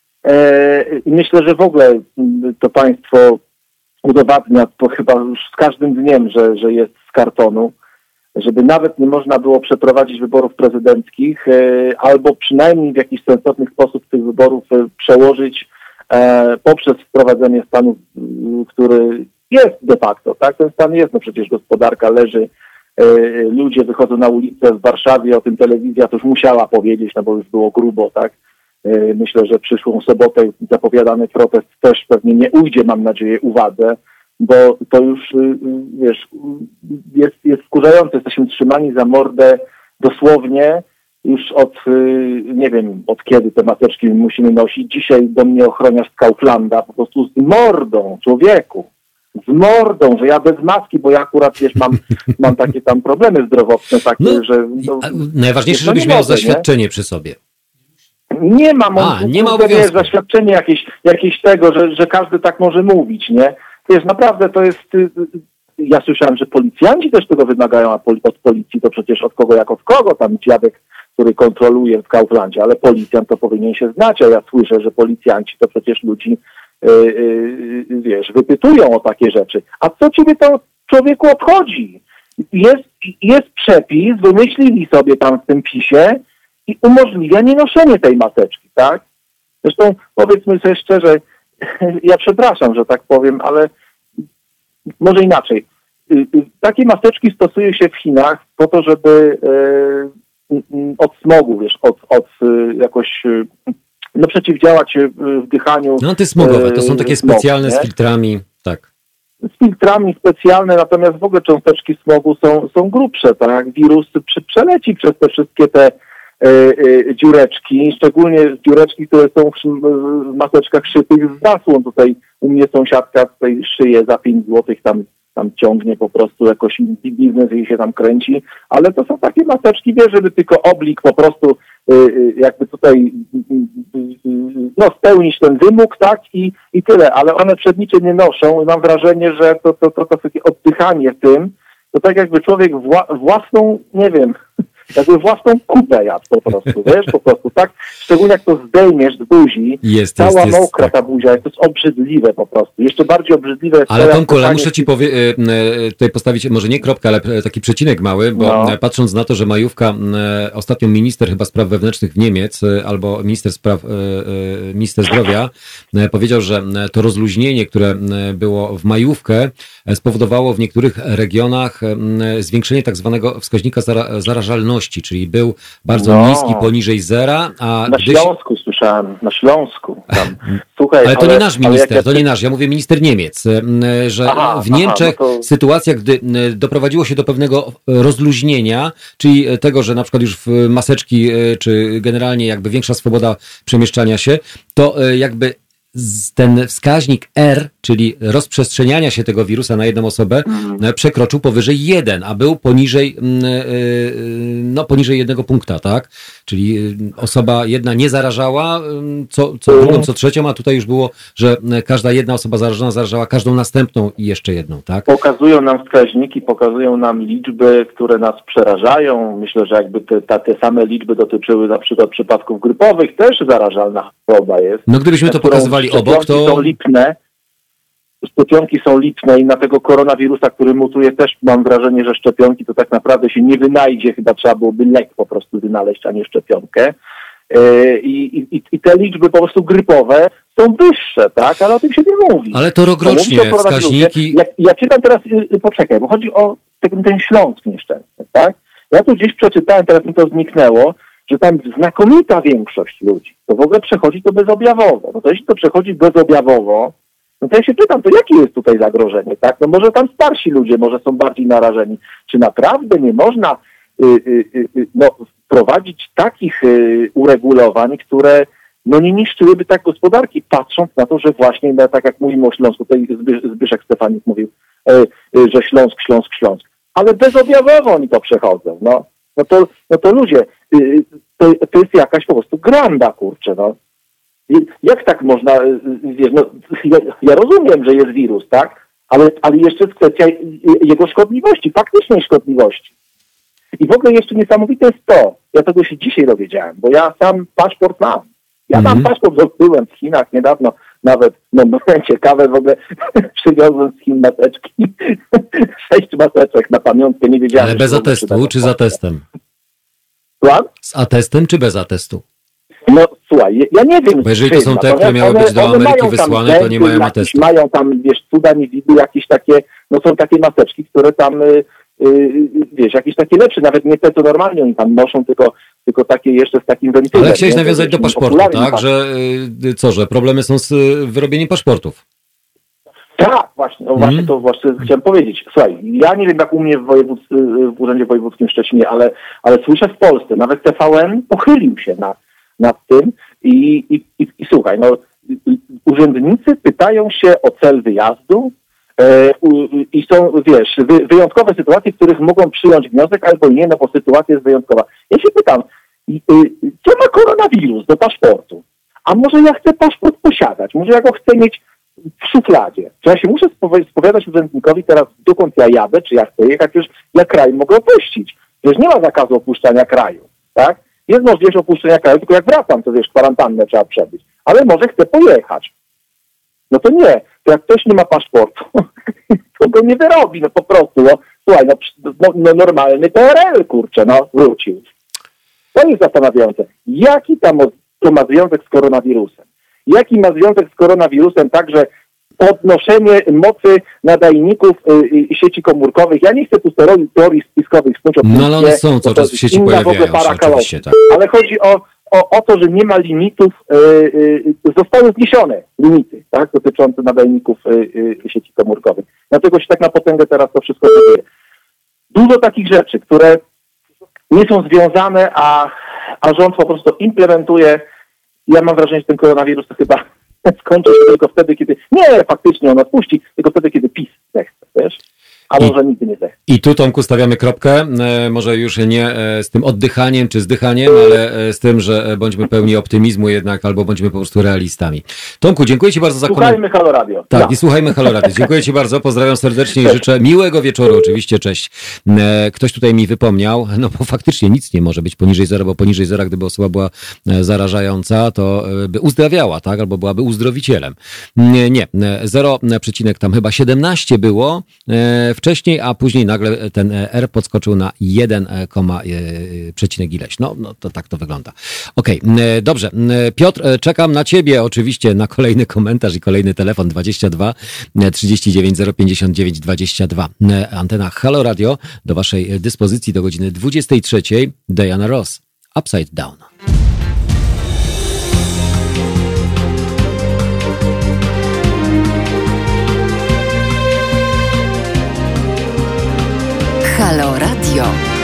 e, i myślę, że w ogóle to państwo udowadnia to chyba już z każdym dniem, że, że jest z kartonu, żeby nawet nie można było przeprowadzić wyborów prezydenckich, albo przynajmniej w jakiś sensowny sposób tych wyborów przełożyć poprzez wprowadzenie stanu, który jest de facto, tak? Ten stan jest, no przecież gospodarka leży, ludzie wychodzą na ulicę w Warszawie, o tym telewizja to już musiała powiedzieć, no bo już było grubo, tak? Myślę, że przyszłą sobotę zapowiadany protest też pewnie nie ujdzie, mam nadzieję, uwadze, bo to już, wiesz, jest, jest wkurzające. Jesteśmy trzymani za mordę dosłownie już od, nie wiem, od kiedy te maseczki musimy nosić. Dzisiaj do mnie ochroniarz z Kauflanda, po prostu z mordą, człowieku, z mordą, że ja bez maski, bo ja akurat, wiesz, mam, mam takie tam problemy zdrowotne, takie, no, że... No, najważniejsze, żebyś miał mogę, zaświadczenie nie? przy sobie. Nie mam, A, nie ma obowiązku. Zaświadczenie jakieś, jakieś tego, że, że każdy tak może mówić, nie? Wiesz, naprawdę to jest... Ja słyszałem, że policjanci też tego wymagają, a od policji to przecież od kogo jak od kogo, tam dziadek, który kontroluje w Kauflandzie, ale policjant to powinien się znać, a ja słyszę, że policjanci to przecież ludzi, yy, yy, wiesz, wypytują o takie rzeczy. A co ciebie to, człowieku, obchodzi? Jest, jest przepis, wymyślili sobie tam w tym pisie i umożliwia nienoszenie tej maseczki, tak? Zresztą powiedzmy sobie szczerze, ja przepraszam, że tak powiem, ale może inaczej. Takie maseczki stosuje się w Chinach po to, żeby od smogu, wiesz, od, od jakoś no, przeciwdziałać wdychaniu. No antysmogowe, to są takie smogu, specjalne nie? Z filtrami, tak. Z filtrami specjalne, natomiast w ogóle cząsteczki smogu są, są grubsze, tak? Wirus przeleci przez te wszystkie te dziureczki, szczególnie dziureczki, które są w maseczkach szytych z zasłon. Tutaj u mnie sąsiadka tutaj szyje za pięć złotych, tam, tam ciągnie po prostu jakoś biznes jej się tam kręci, ale to są takie maseczki, wiesz, żeby tylko oblik po prostu jakby tutaj no, spełnić ten wymóg, tak, i, i tyle, ale one przed niczym nie noszą i mam wrażenie, że to, to, to, to takie oddychanie w tym, to tak jakby człowiek wła, własną, nie wiem, jakby własną kupę jadł po prostu, wiesz, po prostu, tak? Szczególnie jak to zdejmiesz z buzi, jest, cała jest, mokra jest, ta buzia, jest to jest obrzydliwe po prostu. Jeszcze bardziej obrzydliwe jest ale to, Tomku, ale kochanie... muszę ci powie- tutaj postawić, może nie kropkę, ale taki przecinek mały, bo no. patrząc na to, że majówka, ostatnio minister chyba spraw wewnętrznych w Niemiec, albo minister spraw, minister zdrowia powiedział, że to rozluźnienie, które było w majówkę, spowodowało w niektórych regionach zwiększenie tak zwanego wskaźnika zara- zarażalności, czyli był bardzo no. niski, poniżej zera, a na gdyś... Śląsku słyszałem, na Śląsku. Tam. Słuchaj, ale to ale, nie nasz minister, ja... to nie nasz, ja mówię minister Niemiec, że aha, w Niemczech aha, no to... sytuacja, gdy doprowadziło się do pewnego rozluźnienia, czyli tego, że na przykład już w maseczki, czy generalnie jakby większa swoboda przemieszczania się, to jakby ten wskaźnik R, czyli rozprzestrzeniania się tego wirusa na jedną osobę, mm. przekroczył powyżej jeden, a był poniżej, no poniżej jednego punkta, tak? Czyli osoba jedna nie zarażała, co, co mm. drugą, co trzecią, a tutaj już było, że każda jedna osoba zarażona zarażała każdą następną i jeszcze jedną, tak? Pokazują nam wskaźniki, pokazują nam liczby, które nas przerażają. Myślę, że jakby te, te, te same liczby dotyczyły na przykład przypadków grypowych, też zarażalna choroba jest. No gdybyśmy to pokazywali obok, to... są lipne, szczepionki są lipne i na tego koronawirusa, który mutuje, też mam wrażenie, że szczepionki to tak naprawdę się nie wynajdzie, chyba trzeba byłoby lek po prostu wynaleźć, a nie szczepionkę. I, i, i te liczby po prostu grypowe są wyższe, tak? Ale o tym się nie mówi. Ale to rokrocznie wskaźniki... Ja, ja czytam teraz, poczekaj, bo chodzi o ten, ten Śląsk nieszczęsny, tak? Ja tu gdzieś przeczytałem, teraz mi to zniknęło, że tam znakomita większość ludzi to w ogóle przechodzi to bezobjawowo. No to jeśli to przechodzi bezobjawowo, no to ja się pytam, to jakie jest tutaj zagrożenie, tak? No może tam starsi ludzie może są bardziej narażeni. Czy naprawdę nie można y, y, y, no, wprowadzić takich y, uregulowań, które no nie niszczyłyby tak gospodarki, patrząc na to, że właśnie, no, tak jak mówimy o Śląsku, tutaj Zbyszek Stefanik mówił, y, y, że Śląsk, Śląsk, Śląsk, ale bezobjawowo oni to przechodzą, no. No to, no to ludzie, y, to, to jest jakaś po prostu granda, kurczę, no. Jak tak można, wiesz, no, ja, ja rozumiem, że jest wirus, tak? Ale, ale jeszcze jest kwestia jego szkodliwości, faktycznej szkodliwości. I w ogóle jeszcze niesamowite jest to, ja tego się dzisiaj dowiedziałem, bo ja sam paszport mam. Ja mm-hmm. mam paszport, byłem w Chinach niedawno, nawet, no ciekawe w ogóle, przywiozłem z Chin maseczki, sześć maseczek na pamiątkę, nie wiedziałem. Ale bez atestu czy z atestem? Słucham? Z atestem czy bez atestu? No słuchaj, ja nie wiem. Bo jeżeli to są te, które miały być do Ameryki wysłane, to nie mają atestu. Mają tam, wiesz, cuda nie widzę, jakieś takie, no są takie maseczki, które tam, y, y, wiesz, jakieś takie lepsze, nawet nie te, co normalnie oni tam noszą, tylko, tylko takie jeszcze z takim wentylem. Ale chciałeś nawiązać do paszportu, tak? Że y, co, że problemy są z y, wyrobieniem paszportów. Tak, właśnie, no właśnie, mm. to właśnie chciałem powiedzieć. Słuchaj, ja nie wiem jak u mnie w, wojewód, w Urzędzie Wojewódzkim w Szczecinie, ale, ale słyszę w Polsce, nawet T V N pochylił się na, nad tym i, i, i, i słuchaj, no urzędnicy pytają się o cel wyjazdu e, u, i są, wiesz, wy, wyjątkowe sytuacje, w których mogą przyjąć wniosek albo nie, no bo sytuacja jest wyjątkowa. Ja się pytam, y, y, co ma koronawirus do paszportu? A może ja chcę paszport posiadać? Może ja go chcę mieć w szufladzie? Czy ja się muszę spowiadać urzędnikowi teraz, dokąd ja jadę, czy ja chcę jechać? Przecież ja kraj mogę opuścić. Przecież nie ma zakazu opuszczania kraju, tak? Jest możliwość opuszczenia kraju, tylko jak wracam, to wiesz, kwarantannę trzeba przebyć. Ale może chcę pojechać. No to nie. To jak ktoś nie ma paszportu, to go nie wyrobi, no po prostu. No, słuchaj, no, no, no normalny P R L, kurczę, no wrócił. To jest zastanawiające. Jaki tam to ma związek z koronawirusem? Jaki ma związek z koronawirusem także podnoszenie mocy nadajników y, y, sieci komórkowych? Ja nie chcę tu teorii, teorii spiskowych snuć o No ale one są, cały czas w sieci pojawiają się, oczywiście, tak. Ale chodzi o, o, o to, że nie ma limitów, y, y, zostały zniesione limity, tak, dotyczące nadajników y, y, sieci komórkowych. Dlatego się tak na potęgę teraz to wszystko dzieje. Dużo takich rzeczy, które nie są związane, a, a rząd po prostu implementuje. Ja mam wrażenie, że ten koronawirus to chyba skończy się tylko wtedy, kiedy... Nie, faktycznie on odpuści, tylko wtedy, kiedy PiS zechce, wiesz? A I, może nigdy nie zechce. I tu, Tomku, stawiamy kropkę. E, może już nie e, z tym oddychaniem czy zdychaniem, ale e, z tym, że bądźmy pełni optymizmu jednak, albo bądźmy po prostu realistami. Tomku, dziękuję Ci bardzo za komentarz. Słuchajmy Halo Radio. Tak, ja. i słuchajmy Halo Radio. Dziękuję Ci bardzo, pozdrawiam serdecznie i życzę miłego wieczoru. Oczywiście, cześć. E, ktoś tutaj mi wypomniał, no bo faktycznie nic nie może być poniżej zera, bo poniżej zera, gdyby osoba była zarażająca, to by uzdrawiała, tak, albo byłaby uzdrowicielem. Nie, nie. zero przecinek tam chyba siedemnaście było e, wcześniej, a później nagle ten R podskoczył na jeden przecinek ileś. No, no to tak to wygląda. Okej, okay, dobrze. Piotr, czekam na Ciebie oczywiście na kolejny komentarz i kolejny telefon dwadzieścia dwa trzydzieści dziewięć zero pięćdziesiąt dziewięć dwadzieścia dwa. Antena Halo Radio do Waszej dyspozycji do godziny dwudziestej trzeciej. Diana Ross, Upside Down. Halo Radio.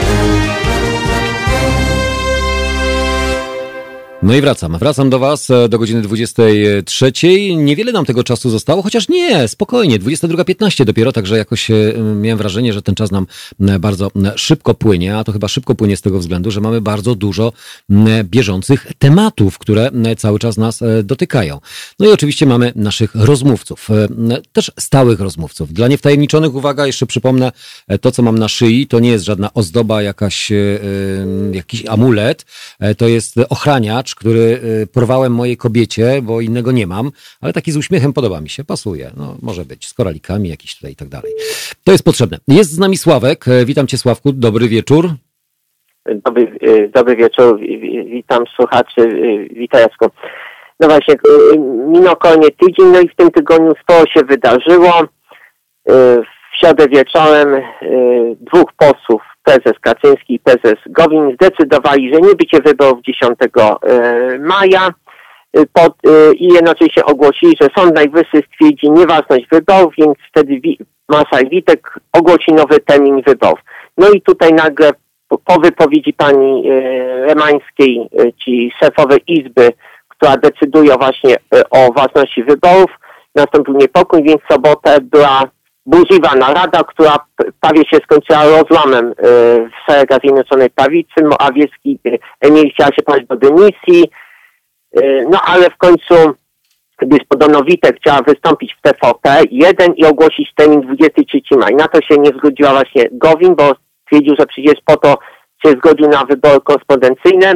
No i wracam. Wracam do Was do godziny dwudziestej trzeciej. Niewiele nam tego czasu zostało, chociaż nie, spokojnie. dwudziesta druga piętnaście dopiero, także jakoś miałem wrażenie, że ten czas nam bardzo szybko płynie, a to chyba szybko płynie z tego względu, że mamy bardzo dużo bieżących tematów, które cały czas nas dotykają. No i oczywiście mamy naszych rozmówców, też stałych rozmówców. Dla niewtajemniczonych, uwaga, jeszcze przypomnę, to co mam na szyi, to nie jest żadna ozdoba, jakaś, jakiś amulet, to jest ochraniacz, który porwałem mojej kobiecie, bo innego nie mam, ale taki z uśmiechem podoba mi się, pasuje. No, może być, z koralikami jakiś tutaj i tak dalej. To jest potrzebne. Jest z nami Sławek. Witam Cię, Sławku. Dobry wieczór. Dobry, dobry wieczór, witam słuchaczy, witam Jacku. No właśnie, minął kolejny tydzień, no i w tym tygodniu sporo się wydarzyło. W środę wieczorem dwóch posłów, prezes Kaczyński i prezes Gowin, zdecydowali, że nie będzie wyborów dziesiątego maja pod, i jednocześnie ogłosili, że Sąd Najwyższy stwierdzi nieważność wyborów, więc wtedy marszałek Witek ogłosi nowy termin wyborów. No i tutaj nagle po wypowiedzi pani Remańskiej, ci szefowej Izby, która decyduje właśnie o ważności wyborów, nastąpił niepokój, więc w sobotę była burzliwa narada, która prawie się skończyła rozłamem w szeregach Zjednoczonej Prawicy. Morawiecki, Emil chciała się podać do dymisji, no ale w końcu, gdyż podobno Witek chciała wystąpić w T V P jeden i ogłosić termin dwudziestego trzeciego maja. Na to się nie zgodziła właśnie Gowin, bo stwierdził, że przecież po to się zgodził na wybory korespondencyjne,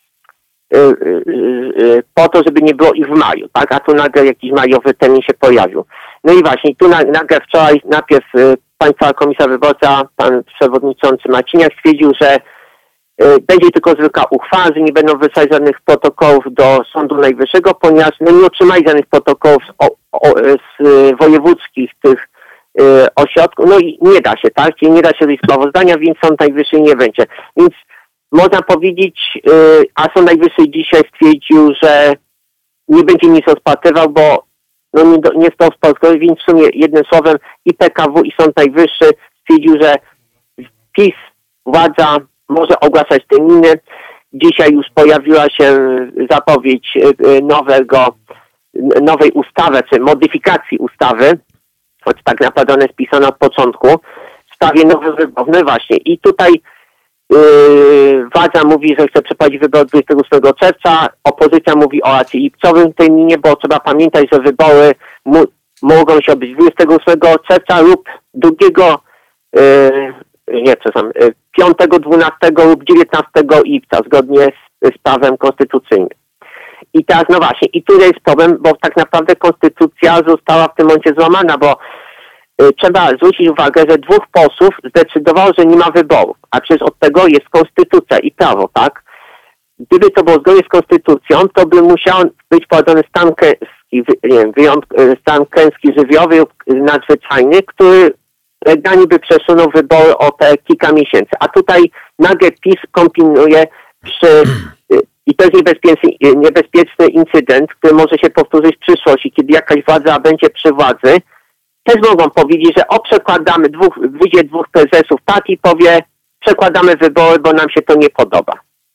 po to, żeby nie było ich w maju, tak? A tu nagle jakiś majowy termin się pojawił. No i właśnie, tu nagle wczoraj najpierw Państwowa Komisja Wyborcza, pan przewodniczący Marciniak stwierdził, że będzie tylko zwykła uchwała, że nie będą wysłać żadnych protokołów do Sądu Najwyższego, ponieważ no, nie otrzymali żadnych protokołów z, o, o, z wojewódzkich tych y, ośrodków, no i nie da się, tak? Czyli nie da się tej sprawozdania, więc Sąd Najwyższy nie będzie. Więc można powiedzieć, y, a Sąd Najwyższy dzisiaj stwierdził, że nie będzie nic rozpatrywał, bo no nie, do, nie stał w Polsce, więc w sumie jednym słowem i P K W i Sąd Najwyższy stwierdził, że PiS, władza może ogłaszać terminy. Dzisiaj już pojawiła się zapowiedź nowego, nowej ustawy, czy modyfikacji ustawy, choć tak naprawdę ona jest pisana od początku, w sprawie nowych wyborów. No właśnie i tutaj yy, władza mówi, że chce przeprowadzić wybory dwudziestego ósmego czerwca, opozycja mówi o raczej lipcowym terminie, bo trzeba pamiętać, że wybory mu, mogą się odbyć dwudziestego ósmego czerwca lub drugiego yy, nie, przepraszam, piątego, dwunastego lub dziewiętnastego lipca, zgodnie z, z prawem konstytucyjnym. I teraz, no właśnie, i tutaj jest problem, bo tak naprawdę konstytucja została w tym momencie złamana, bo y, trzeba zwrócić uwagę, że dwóch posłów zdecydowało, że nie ma wyborów, a przecież od tego jest konstytucja i prawo, tak? Gdyby to było zgodnie z konstytucją, to by musiał być wprowadzony stan klęski, nie wiem, wyjątk- stan klęski żywiołowej lub nadzwyczajny, który legalnie by przesunął wybory o te kilka miesięcy. A tutaj nagle PiS kombinuje przy... I to jest niebezpieczny, niebezpieczny incydent, który może się powtórzyć w przyszłości, kiedy jakaś władza będzie przy władzy. Też mogą powiedzieć, że o przekładamy, dwóch, wyjdzie dwóch prezesów partii, powie przekładamy wybory, bo nam się to nie podoba.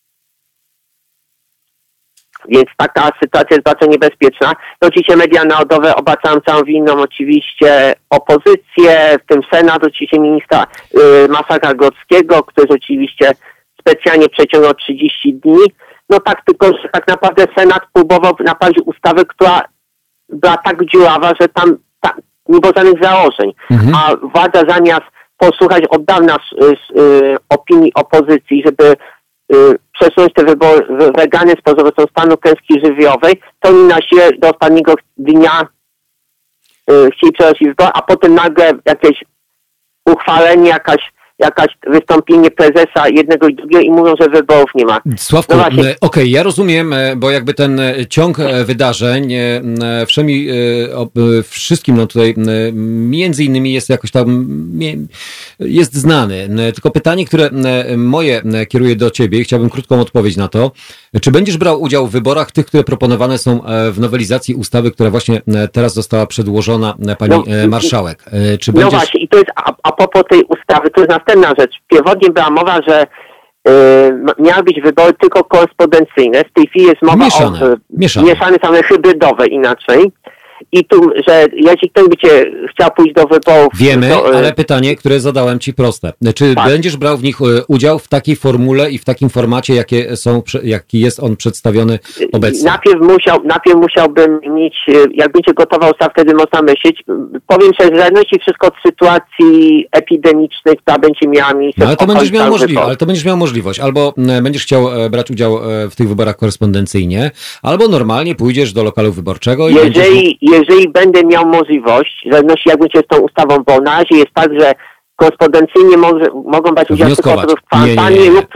Więc taka sytuacja jest bardzo niebezpieczna. No oczywiście media narodowe obarczają całą winą oczywiście opozycję, w tym Senat, oczywiście ministra yy, Marszałka Grodzkiego, który oczywiście specjalnie przeciągnął trzydzieści dni. No tak, tylko że tak naprawdę Senat próbował naprawić ustawę, która była tak dziurawa, że tam, tam nie było żadnych założeń. Mhm. A władza zamiast posłuchać od dawna z, z, y, opinii opozycji, żeby y, przesunąć te wybory w legalny sposób do stanu klęski żywiołowej, to oni na siłę do ostatniego dnia y, chcieli przenosić wybory, a potem nagle jakieś uchwalenie, jakaś jakaś wystąpienie prezesa jednego i drugiego i mówią, że wyborów nie ma. Sławku, no okej, okay, ja rozumiem, bo jakby ten ciąg wydarzeń wszemi, wszystkim no tutaj między innymi jest jakoś tam jest znany. Tylko pytanie, które moje kieruję do ciebie i chciałbym krótką odpowiedź na to. Czy będziesz brał udział w wyborach tych, które proponowane są w nowelizacji ustawy, która właśnie teraz została przedłożona pani no, marszałek? Czy no będziesz... właśnie i to jest a, a propos tej ustawy, to jest następna rzecz. Pierwotnie była mowa, że yy, miały być wybory tylko korespondencyjne. W tej chwili jest mowa mieszane, o mieszane. mieszane same hybrydowe inaczej. I tu, że jeśli ktoś by cię chciał pójść do wyborów... Wiemy, to, yy, ale pytanie, które zadałem ci proste. Czy tak. będziesz brał w nich udział w takiej formule i w takim formacie, jakie są, jaki jest on przedstawiony obecnie? Najpierw, musiał, najpierw musiałbym mieć, jak będzie gotowa ustawa, wtedy można myśleć. Powiem szczerze, w zależności wszystko od sytuacji epidemicznej, która będzie miała miejsce. No, ale, to będziesz miał możliwość, ale to będziesz miał możliwość. Albo będziesz chciał brać udział w tych wyborach korespondencyjnie, albo normalnie pójdziesz do lokalu wyborczego. I jeżeli, będziesz... jeżeli będę miał możliwość, w zależności jak będzie z tą ustawą, bo na razie jest tak, że korespondencyjnie może, mogą brać udział tylko w kwarantannie lub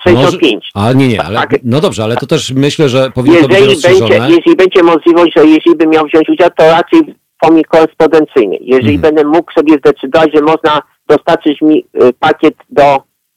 sześćdziesiąt pięć. A nie, nie, ale, tak. no dobrze, ale to też myślę, że powinno to być Jeżeli rozszerzone. będzie, jeżeli będzie możliwość, że jeśli bym miał wziąć udział, to raczej w formie korespondencyjnej. Jeżeli Mhm. będę mógł sobie zdecydować, że można dostarczyć mi y, pakiet do,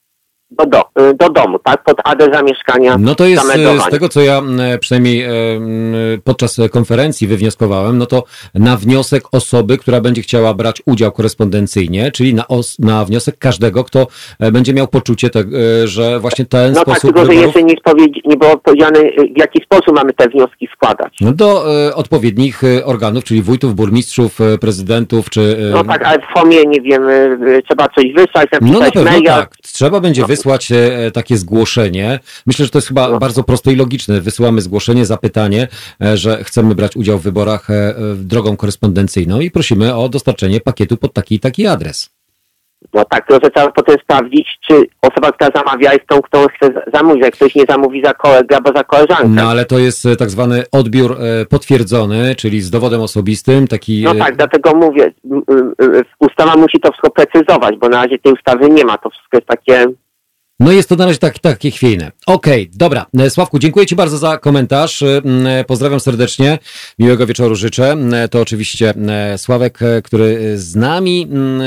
do, do, y, do domu, tak, pod adres zamieszkania. No to jest e, zameldowania. z tego, co ja m, przynajmniej e, m, podczas konferencji wywnioskowałem, no to na wniosek osoby, która będzie chciała brać udział korespondencyjnie, czyli na, os, na wniosek każdego, kto e, będzie miał poczucie, te, e, że właśnie ten No tak, sposób tylko że wyborów jeszcze nie, spowiedzi, nie było powiedziane, y, w jaki sposób mamy te wnioski składać. no, do e, odpowiednich e, organów, czyli wójtów, burmistrzów, e, prezydentów, czy... E, No tak, ale w formie, nie wiem, y, y, trzeba coś wysłać, napisać No na pewno maila. tak. Trzeba będzie No. wysłać e, takie zgłoszenie. Myślę, że to jest chyba No. bardzo proste i logiczne. Wysyłamy zgłoszenie, zapytanie, e, że chcemy brać udział w wyborach e, e, drogą korespondencyjną i prosimy o dostarczenie pakietu pod taki i taki adres. No tak, to że trzeba potem sprawdzić, czy osoba, która zamawia, jest tą, którą chce za- zamówić. Jak ktoś nie zamówi za kolegę albo za koleżankę. No ale to jest e, tak zwany odbiór e, potwierdzony, czyli z dowodem osobistym, taki... No e, tak, dlatego mówię, m, m, m, ustawa musi to wszystko precyzować, bo na razie tej ustawy nie ma. To wszystko jest takie... No jest to na razie tak, takie chwiejne. Okej, dobra. E, Sławku, dziękuję Ci bardzo za komentarz. E, Pozdrawiam serdecznie. Miłego wieczoru życzę. E, To oczywiście e, Sławek, e, który z nami, mm,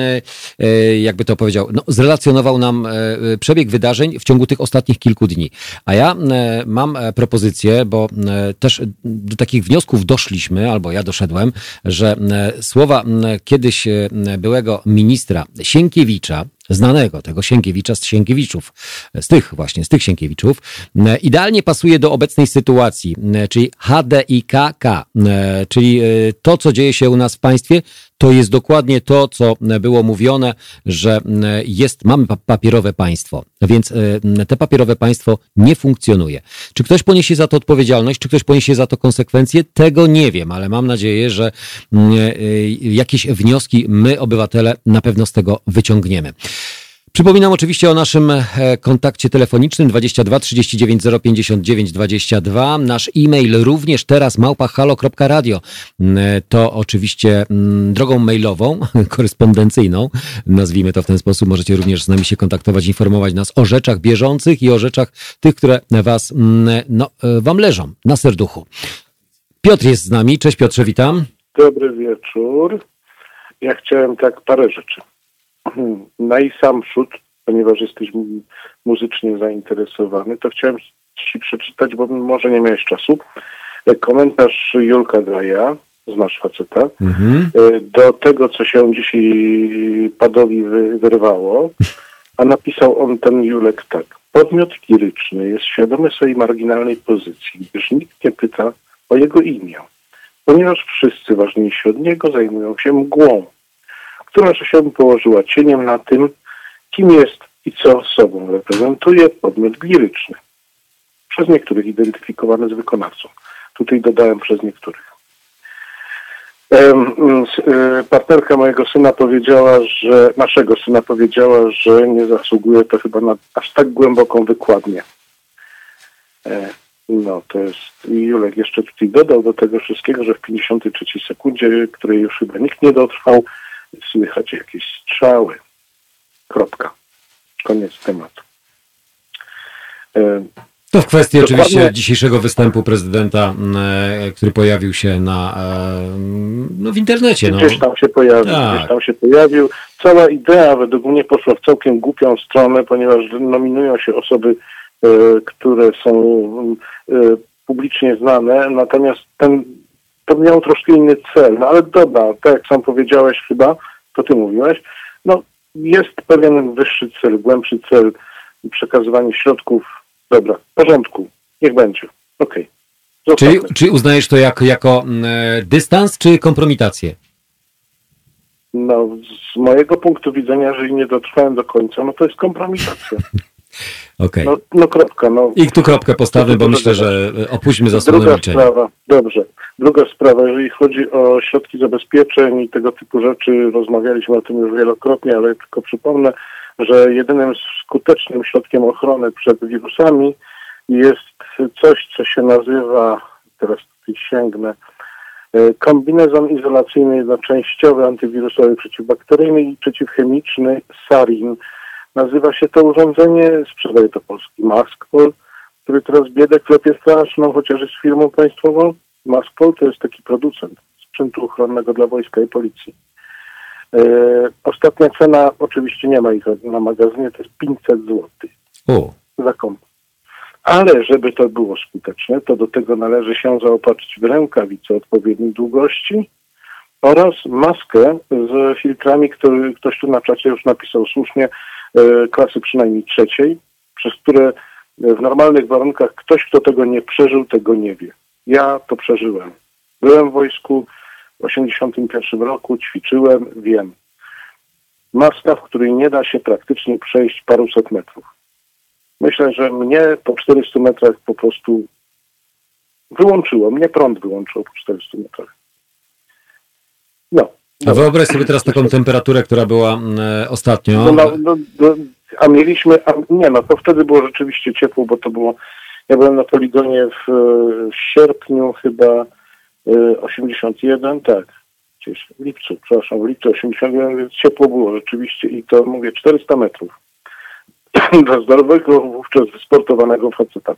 e, jakby to powiedział, no, zrelacjonował nam e, przebieg wydarzeń w ciągu tych ostatnich kilku dni. A ja e, mam e, propozycję, bo e, też do takich wniosków doszliśmy, albo ja doszedłem, że e, słowa m, kiedyś e, byłego ministra Sienkiewicza, znanego tego Sienkiewicza z Sienkiewiczów, z tych właśnie, z tych Sienkiewiczów, e, idealnie pasuje do obecnej sytuacji, e, czyli H D I K K, e, czyli e, to, co dzieje się u nas w państwie, to jest dokładnie to, co było mówione, że e, jest, mamy pa- papierowe państwo, więc e, te papierowe państwo nie funkcjonuje. Czy ktoś poniesie za to odpowiedzialność, czy ktoś poniesie za to konsekwencje? Tego nie wiem, ale mam nadzieję, że mm, e, jakieś wnioski my, obywatele, na pewno z tego wyciągniemy. Przypominam oczywiście o naszym e, kontakcie telefonicznym dwadzieścia dwa trzydzieści dziewięć zero pięćdziesiąt dziewięć dwadzieścia dwa. Nasz e-mail również teraz małpa halo kropka radio. Mm, To oczywiście mm, drogą mailową, korespondencyjną, nazwijmy to w ten sposób. Możecie również z nami się kontaktować, informować nas o rzeczach bieżących i o rzeczach tych, które was, mm, no, e, wam leżą na serduchu. Piotr jest z nami. Cześć Piotrze, witam. Dobry wieczór. Ja chciałem tak parę rzeczy. Na i sam przód, ponieważ jesteś mu- muzycznie zainteresowany, to chciałem Ci przeczytać, bo może nie miałeś czasu, komentarz Julka Draja, znasz faceta, Mhm. do tego, co się dzisiaj Padowi wy- wyrwało, a napisał on, ten Julek, tak. Podmiot liryczny jest świadomy swojej marginalnej pozycji, gdyż nikt nie pyta o jego imię, ponieważ wszyscy ważniejsi od niego zajmują się mgłą, która się położyła cieniem na tym, kim jest i co sobą reprezentuje podmiot liryczny. Przez niektórych identyfikowany z wykonawcą. Tutaj dodałem przez niektórych. Em, s- e, Partnerka mojego syna powiedziała, że, naszego syna powiedziała, że nie zasługuje to chyba na aż tak głęboką wykładnię. E, No, to jest... I Julek jeszcze tutaj dodał do tego wszystkiego, że w pięćdziesiątej trzeciej sekundzie, której już chyba nikt nie dotrwał, słychać jakieś strzały. Kropka. Koniec tematu. E, To w kwestii Dokładnie. oczywiście dzisiejszego występu prezydenta, e, który pojawił się na, e, no w internecie. No. Gdzieś tam się pojawił, Tak. gdzieś tam się pojawił. Cała idea według mnie poszła w całkiem głupią stronę, ponieważ nominują się osoby, e, które są e, publicznie znane, natomiast ten, to miał troszkę inny cel. No ale dobra, tak jak sam powiedziałeś chyba, to ty mówiłeś, no jest pewien wyższy cel, głębszy cel, przekazywanie środków. Dobra, w porządku, niech będzie. Okej. Czyli, Zostawmy. czy uznajesz to jako, jako e, dystans, czy kompromitację? No, z mojego punktu widzenia, jeżeli nie dotrwałem do końca, no to jest kompromitacja. Okej. No, no kropka, no. I tu kropkę postawmy, bo Druga myślę, że e, opuśćmy zasłonę Druga milczenia. sprawa, dobrze. Druga sprawa, jeżeli chodzi o środki zabezpieczeń i tego typu rzeczy, rozmawialiśmy o tym już wielokrotnie, ale tylko przypomnę, że jedynym skutecznym środkiem ochrony przed wirusami jest coś, co się nazywa, teraz tutaj sięgnę, e, kombinezon izolacyjny jednoczęściowy, antywirusowy, przeciwbakteryjny i przeciwchemiczny sarin. Nazywa się to urządzenie, sprzedaje to polski Maskpol, który teraz biedę klepie straszną, chociaż jest firmą państwową. Maskpol to jest taki producent sprzętu ochronnego dla wojska i policji. E, ostatnia cena, oczywiście nie ma ich na magazynie, to jest pięćset złotych O. za komp. Ale żeby to było skuteczne, to do tego należy się zaopatrzyć w rękawice odpowiedniej długości oraz maskę z filtrami, który ktoś tu na czacie już napisał słusznie, e, klasy przynajmniej trzeciej, przez które w normalnych warunkach ktoś, kto tego nie przeżył, tego nie wie. Ja to przeżyłem. Byłem w wojsku w osiemdziesiątym pierwszym roku, ćwiczyłem, wiem. Maska, w której nie da się praktycznie przejść paruset metrów. Myślę, że mnie po czterystu metrach po prostu wyłączyło. Mnie prąd wyłączyło po czterystu metrach. No. A wyobraź sobie teraz taką temperaturę, która była e, ostatnio. No, no, no, no, a mieliśmy, a nie no, to wtedy było rzeczywiście ciepło, bo to było, ja byłem na poligonie w, w sierpniu chyba y, osiemdziesiąt jeden, tak, gdzieś w lipcu, przepraszam, w lipcu osiemdziesiąt jeden, więc ciepło było rzeczywiście i to mówię czterysta metrów dla zdrowego, wówczas wysportowanego faceta.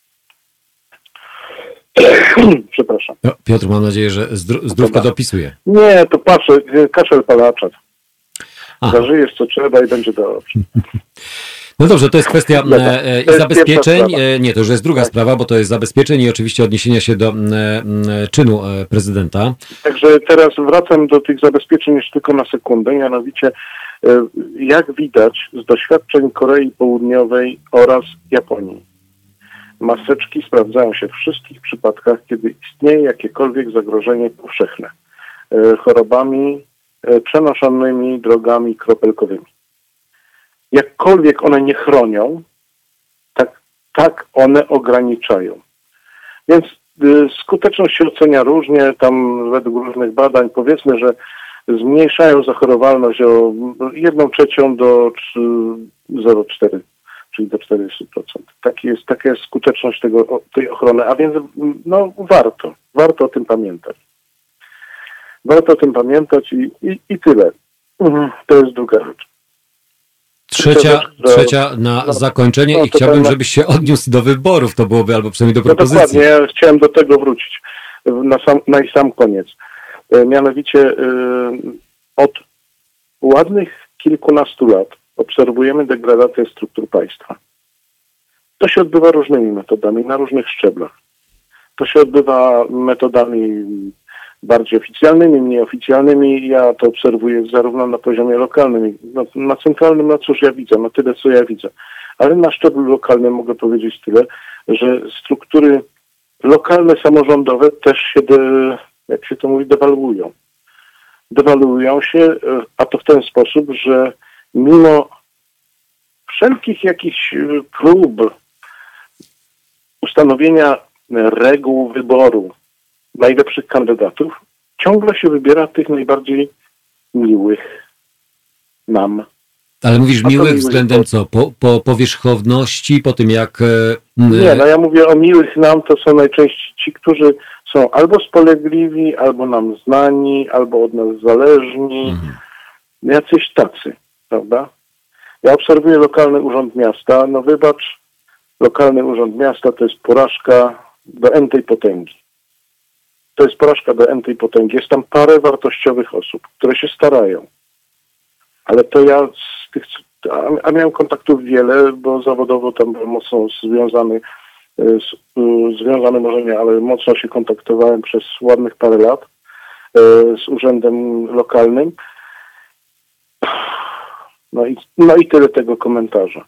Przepraszam. O, Piotr, mam nadzieję, że zdró- zdrówka dopisuje. Nie, to patrzę, kaszel palaczat. Aha. Zażyjesz co trzeba i będzie dobrze. No dobrze, to jest kwestia No, e, i to jest zabezpieczeń. pierwsza E, nie, to już jest druga Tak. sprawa, bo to jest zabezpieczeń i oczywiście odniesienia się do e, e, czynu e, prezydenta. Także teraz wracam do tych zabezpieczeń jeszcze tylko na sekundę, mianowicie e, jak widać z doświadczeń Korei Południowej oraz Japonii. Maseczki sprawdzają się w wszystkich przypadkach, kiedy istnieje jakiekolwiek zagrożenie powszechne e, chorobami e, przenoszonymi drogami kropelkowymi. Jakkolwiek one nie chronią, tak, tak one ograniczają. Więc y, skuteczność się ocenia różnie, tam według różnych badań, powiedzmy, że zmniejszają zachorowalność o jedną trzecią do zero przecinek cztery, czyli do czterdziestu procent. Taki jest, taka jest skuteczność tego, tej ochrony, a więc no warto, warto o tym pamiętać. Warto o tym pamiętać i, i, i tyle. Mhm, to jest druga rzecz. Trzecia, Rzecz, trzecia na no, zakończenie no, i chciałbym, to- żebyś się odniósł do wyborów, to byłoby albo przynajmniej do No propozycji. dokładnie, ja chciałem do tego wrócić na sam, na i sam koniec. E, Mianowicie e, od ładnych kilkunastu lat obserwujemy degradację struktur państwa. To się odbywa różnymi metodami, na różnych szczeblach. To się odbywa metodami bardziej oficjalnymi, mniej oficjalnymi. Ja to obserwuję zarówno na poziomie lokalnym, no, na centralnym, no cóż ja widzę, no tyle co ja widzę. Ale na szczeblu lokalnym mogę powiedzieć tyle, że struktury lokalne, samorządowe też się, de, jak się to mówi, dewaluują. Dewaluują się, a to w ten sposób, że mimo wszelkich jakichś prób ustanowienia reguł wyboru najlepszych kandydatów, ciągle się wybiera tych najbardziej miłych nam. Ale mówisz A to miłych miłych względem bo- co? Po, po powierzchowności, po tym jak... e, Nie, no ja mówię o miłych nam, to są najczęściej ci, którzy są albo spolegliwi, albo nam znani, albo od nas zależni. Mhm. Jacyś tacy, prawda? Ja obserwuję lokalny urząd miasta, no wybacz, lokalny urząd miasta to jest porażka do entej potęgi. To jest porażka do entej potęgi. Jest tam parę wartościowych osób, które się starają. Ale to ja z tych, a, a miałem kontaktów wiele, bo zawodowo tam byłem mocno związany, z, związany może nie, ale mocno się kontaktowałem przez ładnych parę lat z urzędem lokalnym. No i, no i tyle tego komentarza.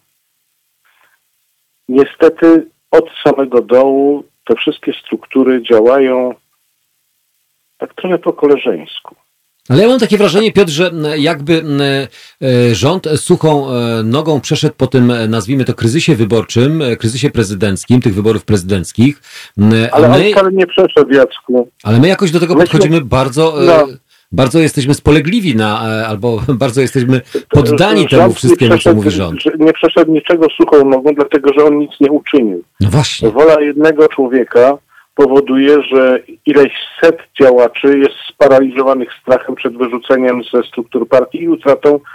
Niestety od samego dołu te wszystkie struktury działają tak trochę po koleżeńsku. Ale ja mam takie wrażenie, Piotr, że jakby rząd suchą nogą przeszedł po tym, nazwijmy to, kryzysie wyborczym, kryzysie prezydenckim, tych wyborów prezydenckich. Ale my, on wcale nie przeszedł, Jacku. ale my jakoś do tego Myśmy- podchodzimy bardzo... No. Bardzo jesteśmy spolegliwi na, albo bardzo jesteśmy poddani Rząd temu nie wszystkiemu, co przeszedł- mówi rząd. że Nie przeszedł niczego suchą nogą, dlatego że on nic nie uczynił. No właśnie. Wola jednego człowieka powoduje, że ileś set działaczy jest sparaliżowanych strachem przed wyrzuceniem ze struktur partii i utratą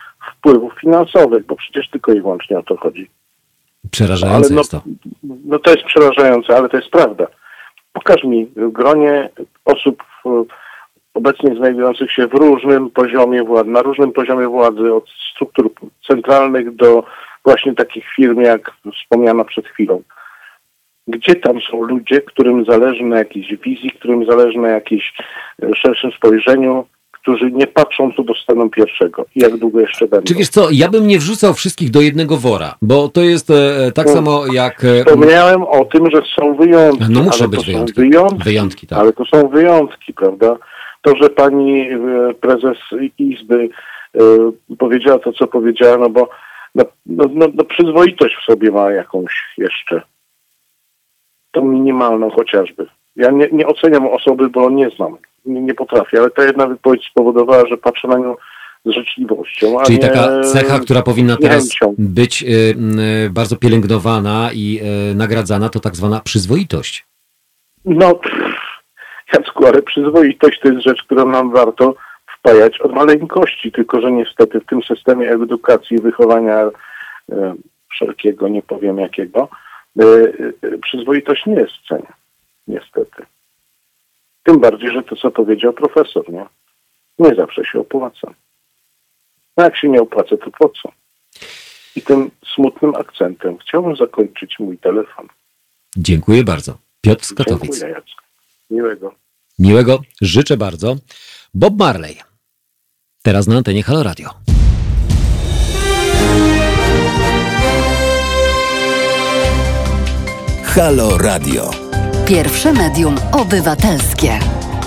wpływów finansowych, bo przecież tylko i wyłącznie o to chodzi. Przerażające ale no, jest to. No to jest przerażające, ale to jest prawda. Pokaż mi w gronie osób obecnie znajdujących się w różnym poziomie władzy, na różnym poziomie władzy, od struktur centralnych do właśnie takich firm, jak wspomniana przed chwilą. Gdzie tam są ludzie, którym zależy na jakiejś wizji, którym zależy na jakimś szerszym spojrzeniu, którzy nie patrzą, co dostaną pierwszego i jak długo jeszcze będą. Czy wiesz co, ja bym nie wrzucał wszystkich do jednego wora, bo to jest e, tak no, samo jak... E, wspomniałem o tym, że są wyjątki. No muszą ale być to wyjątki. Są wyjątki. Wyjątki, tak. Ale to są wyjątki, prawda? To, że pani prezes Izby e, powiedziała to, co powiedziała, no bo no, no, no, no przyzwoitość w sobie ma jakąś jeszcze. Tą minimalną chociażby. Ja nie, nie oceniam osoby, bo nie znam. Nie, nie potrafię, ale ta jedna wypowiedź spowodowała, że patrzę na nią z życzliwością. A Czyli nie, taka cecha, która powinna teraz niechęcią. być y, y, bardzo pielęgnowana i y, nagradzana, to tak zwana przyzwoitość. No, Jacku, ale przyzwoitość to jest rzecz, którą nam warto wpajać od maleńkości, tylko że niestety w tym systemie edukacji, wychowania y, wszelkiego, nie powiem jakiego, y, y, przyzwoitość nie jest w cenie. Niestety. Tym bardziej, że to, co powiedział profesor, nie? Nie zawsze się opłaca. No jak się nie opłaca, to po co? I tym smutnym akcentem chciałbym zakończyć mój telefon. Dziękuję bardzo. Piotr z Katowic. Dziękuję, Jacku. Miłego. Miłego. Życzę bardzo. Bob Marley. Teraz na antenie Halo Radio. Halo Radio. Pierwsze medium obywatelskie.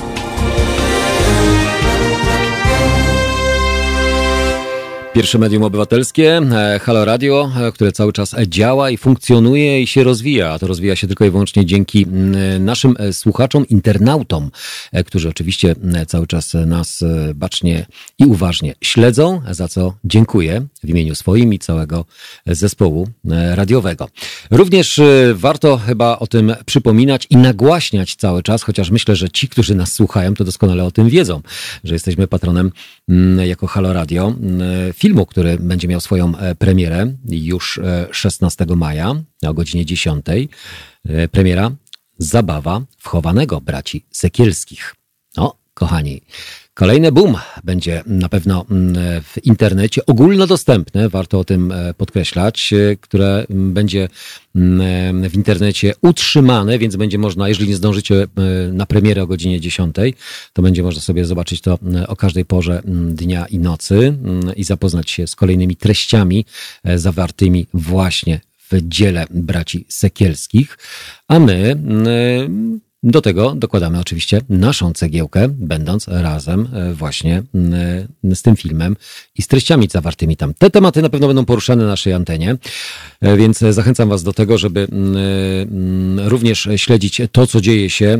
Pierwsze medium obywatelskie, Halo Radio, które cały czas działa i funkcjonuje i się rozwija. A to rozwija się tylko i wyłącznie dzięki naszym słuchaczom, internautom, którzy oczywiście cały czas nas bacznie i uważnie śledzą, za co dziękuję w imieniu swoim i całego zespołu radiowego. Również warto chyba o tym przypominać i nagłaśniać cały czas, chociaż myślę, że ci, którzy nas słuchają, to doskonale o tym wiedzą, że jesteśmy patronem jako Halo Radio filmu, który będzie miał swoją premierę już szesnastego maja o godzinie dziesiątej. Premiera Zabawa wchowanego braci Sekielskich. No, kochani, kolejny boom będzie na pewno w internecie, ogólnodostępne, warto o tym podkreślać, które będzie w internecie utrzymane, więc będzie można, jeżeli nie zdążycie na premierę o godzinie dziesiątej, to będzie można sobie zobaczyć to o każdej porze dnia i nocy i zapoznać się z kolejnymi treściami zawartymi właśnie w dziele braci Sekielskich, a my do tego dokładamy oczywiście naszą cegiełkę, będąc razem właśnie z tym filmem i z treściami zawartymi tam. Te tematy na pewno będą poruszane na naszej antenie, więc zachęcam Was do tego, żeby również śledzić to, co dzieje się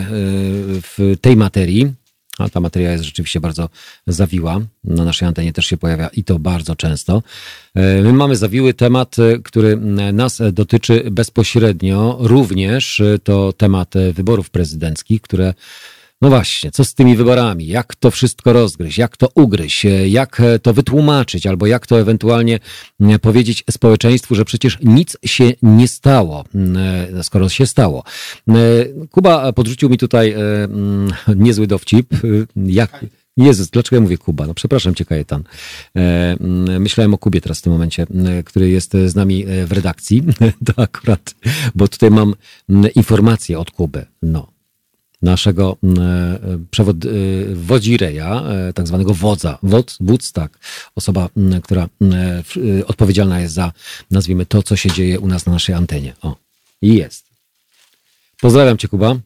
w tej materii. A ta materia jest rzeczywiście bardzo zawiła. Na naszej antenie też się pojawia i to bardzo często. My mamy zawiły temat, który nas dotyczy bezpośrednio. Również to temat wyborów prezydenckich, które no właśnie, co z tymi wyborami? Jak to wszystko rozgryźć? Jak to ugryźć? Jak to wytłumaczyć? Albo jak to ewentualnie powiedzieć społeczeństwu, że przecież nic się nie stało, skoro się stało. Kuba podrzucił mi tutaj niezły dowcip. Jak... Jezus, dlaczego ja mówię Kuba? No przepraszam Cię, Kajetan. Myślałem o Kubie teraz w tym momencie, który jest z nami w redakcji. To akurat, bo tutaj mam informację od Kuby. No. Naszego przewod, wodzireja, tak zwanego wodza, wodz, wódz, tak, osoba, która odpowiedzialna jest za, nazwijmy, to, co się dzieje u nas na naszej antenie. O, i jest. Pozdrawiam Cię, Kuba.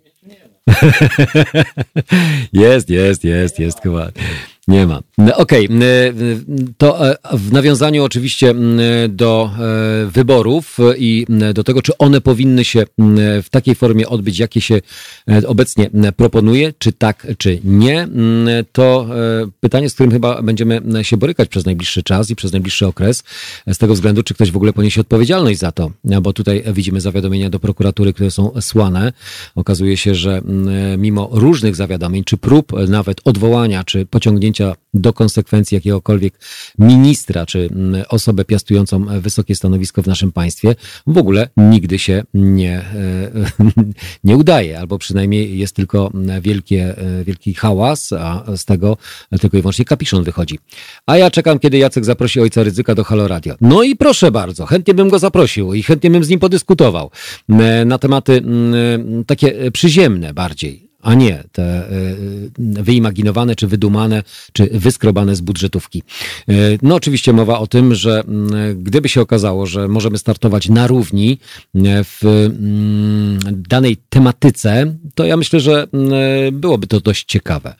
Jest, jest, jest, jest, chyba. Nie ma. Okej, okay. To w nawiązaniu oczywiście do wyborów i do tego, czy one powinny się w takiej formie odbyć, jakie się obecnie proponuje, czy tak, czy nie, to pytanie, z którym chyba będziemy się borykać przez najbliższy czas i przez najbliższy okres, z tego względu, czy ktoś w ogóle poniesie odpowiedzialność za to, bo tutaj widzimy zawiadomienia do prokuratury, które są słane. Okazuje się, że mimo różnych zawiadomień, czy prób nawet odwołania, czy pociągnięcia pociągnięcia do konsekwencji jakiegokolwiek ministra czy osobę piastującą wysokie stanowisko w naszym państwie w ogóle nigdy się nie, nie udaje, albo przynajmniej jest tylko wielkie, wielki hałas, a z tego tylko i wyłącznie kapiszon wychodzi. A ja czekam, kiedy Jacek zaprosi ojca Rydzyka do Halo Radio. No i proszę bardzo, chętnie bym go zaprosił i chętnie bym z nim podyskutował na tematy takie przyziemne bardziej, a nie te wyimaginowane, czy wydumane, czy wyskrobane z budżetówki. No oczywiście mowa o tym, że gdyby się okazało, że możemy startować na równi w danej tematyce, to ja myślę, że byłoby to dość ciekawe.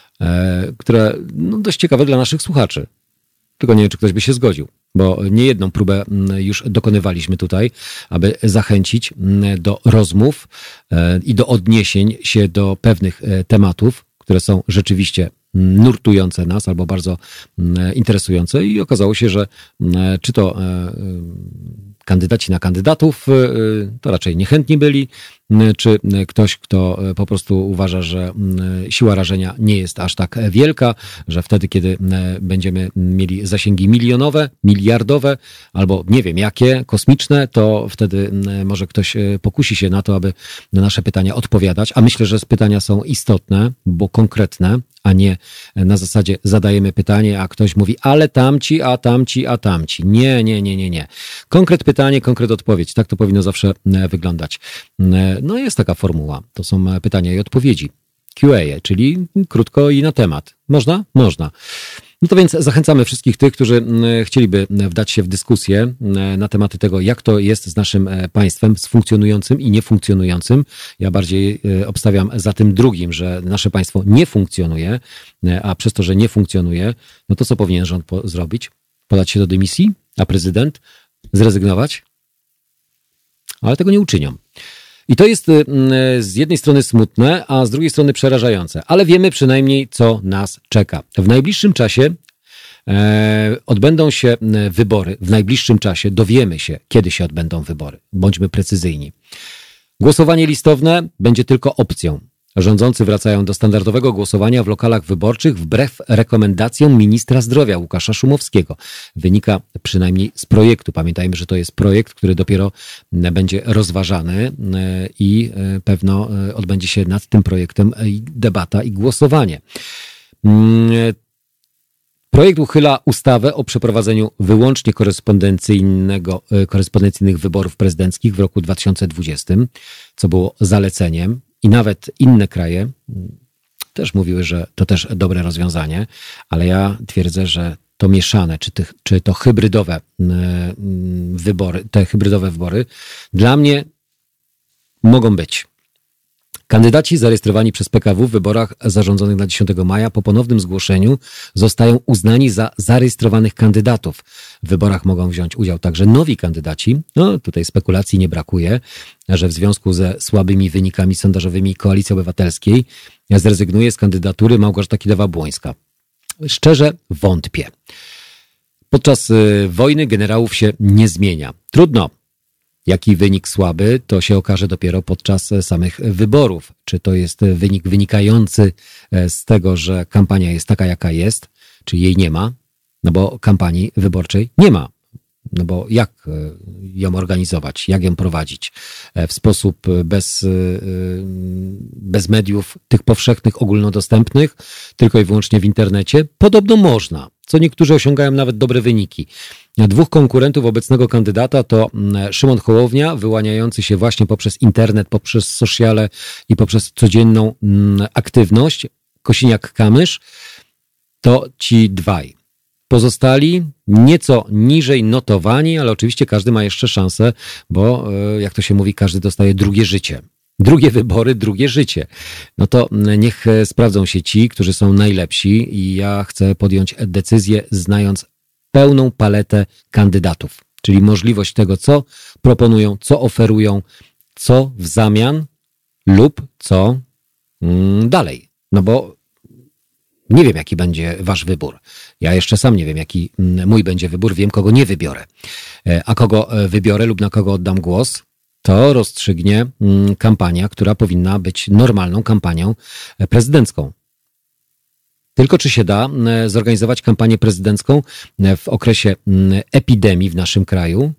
Które no, dość ciekawe dla naszych słuchaczy. Tylko nie wiem, czy ktoś by się zgodził, bo niejedną próbę już dokonywaliśmy tutaj, aby zachęcić do rozmów i do odniesień się do pewnych tematów, które są rzeczywiście nurtujące nas albo bardzo interesujące i okazało się, że czy to kandydaci na kandydatów to raczej niechętni byli, czy ktoś, kto po prostu uważa, że siła rażenia nie jest aż tak wielka, że wtedy, kiedy będziemy mieli zasięgi milionowe, miliardowe, albo nie wiem jakie, kosmiczne, to wtedy może ktoś pokusi się na to, aby na nasze pytania odpowiadać, a myślę, że pytania są istotne, bo konkretne, a nie na zasadzie zadajemy pytanie, a ktoś mówi, ale tamci, a tamci, a tamci. Nie, nie, nie, nie, nie. Konkret pytanie, konkret odpowiedź. Tak to powinno zawsze wyglądać. No jest taka formuła. To są pytania i odpowiedzi. Q A, czyli krótko i na temat. Można? Można. No to więc zachęcamy wszystkich tych, którzy chcieliby wdać się w dyskusję na tematy tego, jak to jest z naszym państwem, z funkcjonującym i niefunkcjonującym. Ja bardziej obstawiam za tym drugim, że nasze państwo nie funkcjonuje, a przez to, że nie funkcjonuje, no to co powinien rząd po- zrobić? Podać się do dymisji, a prezydent zrezygnować? Ale tego nie uczynią. I to jest z jednej strony smutne, a z drugiej strony przerażające. Ale wiemy przynajmniej, co nas czeka. W najbliższym czasie e, odbędą się wybory. W najbliższym czasie dowiemy się, kiedy się odbędą wybory. Bądźmy precyzyjni. Głosowanie listowne będzie tylko opcją. Rządzący wracają do standardowego głosowania w lokalach wyborczych wbrew rekomendacjom ministra zdrowia Łukasza Szumowskiego. Wynika przynajmniej z projektu. Pamiętajmy, że to jest projekt, który dopiero będzie rozważany i pewno odbędzie się nad tym projektem debata i głosowanie. Projekt uchyla ustawę o przeprowadzeniu wyłącznie korespondencyjnego, korespondencyjnych wyborów prezydenckich w roku dwa tysiące dwudziestym, co było zaleceniem. I nawet inne kraje też mówiły, że to też dobre rozwiązanie, ale ja twierdzę, że to mieszane, czy, tych, czy to hybrydowe wybory, te hybrydowe wybory dla mnie mogą być. Kandydaci zarejestrowani przez P K W w wyborach zarządzonych na dziesiątego maja po ponownym zgłoszeniu zostają uznani za zarejestrowanych kandydatów. W wyborach mogą wziąć udział także nowi kandydaci. No tutaj spekulacji nie brakuje, że w związku ze słabymi wynikami sondażowymi Koalicji Obywatelskiej zrezygnuje z kandydatury Małgorzata Kidawa-Błońska. Szczerze wątpię. Podczas wojny generałów się nie zmienia. Trudno. Jaki wynik słaby, to się okaże dopiero podczas samych wyborów. Czy to jest wynik wynikający z tego, że kampania jest taka, jaka jest, czy jej nie ma? No bo kampanii wyborczej nie ma. No bo jak ją organizować, jak ją prowadzić w sposób bez, bez mediów tych powszechnych, ogólnodostępnych, tylko i wyłącznie w internecie? Podobno można, co niektórzy osiągają nawet dobre wyniki. Dwóch konkurentów obecnego kandydata to Szymon Hołownia, wyłaniający się właśnie poprzez internet, poprzez sociale i poprzez codzienną aktywność, Kosiniak-Kamysz, to ci dwaj. Pozostali nieco niżej notowani, ale oczywiście każdy ma jeszcze szansę, bo jak to się mówi, każdy dostaje drugie życie. Drugie wybory, drugie życie. No to niech sprawdzą się ci, którzy są najlepsi i ja chcę podjąć decyzję, znając pełną paletę kandydatów, czyli możliwość tego, co proponują, co oferują, co w zamian lub co mm, dalej. No bo nie wiem, jaki będzie wasz wybór. Ja jeszcze sam nie wiem, jaki mój będzie wybór. Wiem, kogo nie wybiorę. A kogo wybiorę lub na kogo oddam głos, to rozstrzygnie kampania, która powinna być normalną kampanią prezydencką. Tylko czy się da zorganizować kampanię prezydencką w okresie epidemii w naszym kraju?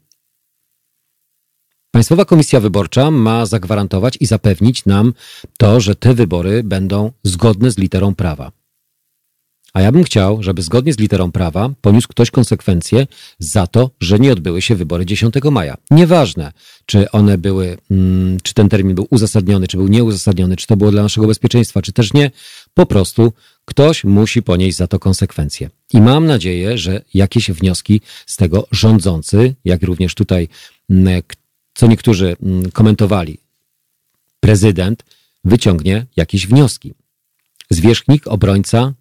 Państwowa Komisja Wyborcza ma zagwarantować i zapewnić nam to, że te wybory będą zgodne z literą prawa. A ja bym chciał, żeby zgodnie z literą prawa poniósł ktoś konsekwencje za to, że nie odbyły się wybory dziesiątego maja. Nieważne, czy one były, mm, czy ten termin był uzasadniony, czy był nieuzasadniony, czy to było dla naszego bezpieczeństwa, czy też nie. Po prostu ktoś musi ponieść za to konsekwencje. I mam nadzieję, że jakieś wnioski z tego rządzący, jak również tutaj, co niektórzy komentowali, prezydent wyciągnie jakieś wnioski. Zwierzchnik, obrońca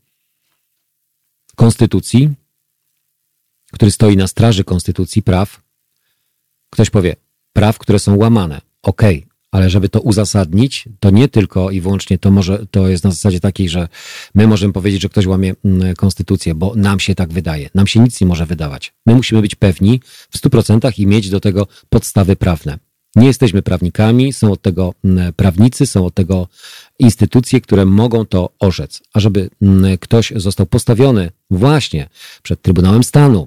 Konstytucji, który stoi na straży Konstytucji, praw. Ktoś powie, praw, które są łamane. Okej, okay, ale żeby to uzasadnić, to nie tylko i wyłącznie to może, to jest na zasadzie takiej, że my możemy powiedzieć, że ktoś łamie Konstytucję, bo nam się tak wydaje. Nam się nic nie może wydawać. My musimy być pewni w stu procentach i mieć do tego podstawy prawne. Nie jesteśmy prawnikami, są od tego prawnicy, są od tego instytucje, które mogą to orzec. A żeby ktoś został postawiony właśnie przed Trybunałem Stanu,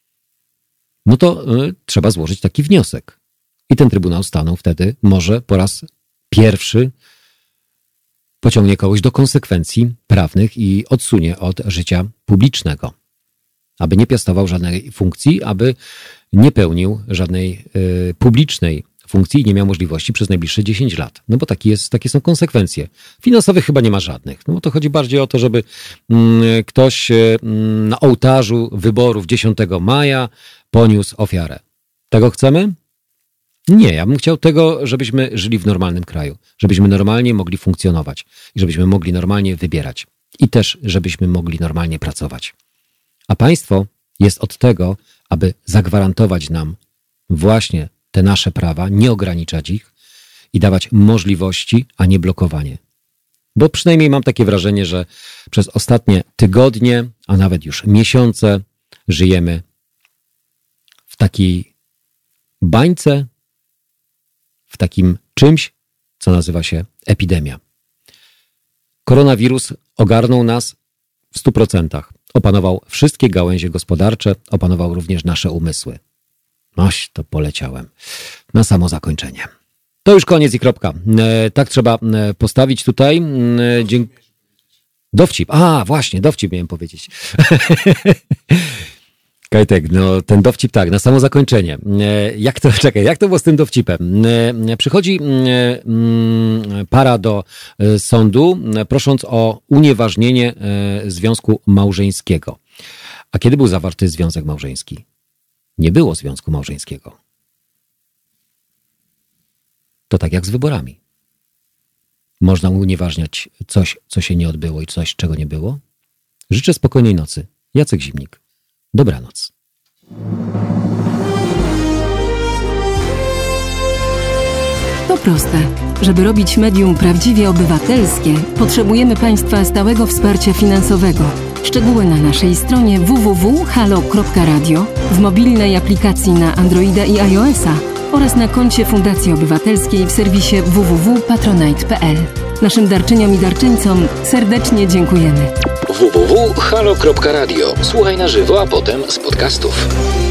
no to y, trzeba złożyć taki wniosek. I ten Trybunał Stanu wtedy może po raz pierwszy pociągnie kogoś do konsekwencji prawnych i odsunie od życia publicznego. Aby nie piastował żadnej funkcji, aby nie pełnił żadnej y, publicznej funkcji i nie miał możliwości przez najbliższe dziesięć lat. No bo taki jest, takie są konsekwencje. Finansowych chyba nie ma żadnych. No bo to chodzi bardziej o to, żeby mm, ktoś mm, na ołtarzu wyborów dziesiątego maja poniósł ofiarę. Tego chcemy? Nie, ja bym chciał tego, żebyśmy żyli w normalnym kraju. Żebyśmy normalnie mogli funkcjonować. I żebyśmy mogli normalnie wybierać. I też, żebyśmy mogli normalnie pracować. A państwo jest od tego, aby zagwarantować nam właśnie te nasze prawa, nie ograniczać ich i dawać możliwości, a nie blokowanie. Bo przynajmniej mam takie wrażenie, że przez ostatnie tygodnie, a nawet już miesiące żyjemy w takiej bańce, w takim czymś, co nazywa się epidemia. Koronawirus ogarnął nas w stu procentach. Opanował wszystkie gałęzie gospodarcze, opanował również nasze umysły. Noś, to poleciałem. Na samo zakończenie. To już koniec i kropka. E, tak trzeba e, postawić tutaj. E, dzięk... Dowcip. A, właśnie, dowcip miałem powiedzieć. Kajtek, no ten dowcip tak, na samo zakończenie. E, jak to, czekaj, jak to było z tym dowcipem? E, przychodzi e, m, para do e, sądu, e, prosząc o unieważnienie e, związku małżeńskiego. A kiedy był zawarty związek małżeński? Nie było związku małżeńskiego. To tak jak z wyborami. Można unieważniać coś, co się nie odbyło i coś, czego nie było? Życzę spokojnej nocy. Jacek Zimnik. Dobranoc. To proste. Żeby robić medium prawdziwie obywatelskie, potrzebujemy Państwa stałego wsparcia finansowego. Szczegóły na naszej stronie w w w kropka halo kropka radio, w mobilnej aplikacji na Androida i iOS-a oraz na koncie Fundacji Obywatelskiej w serwisie w w w kropka patronite kropka p l. Naszym darczyniom i darczyńcom serdecznie dziękujemy. w w w kropka halo kropka radio. Słuchaj na żywo, a potem z podcastów.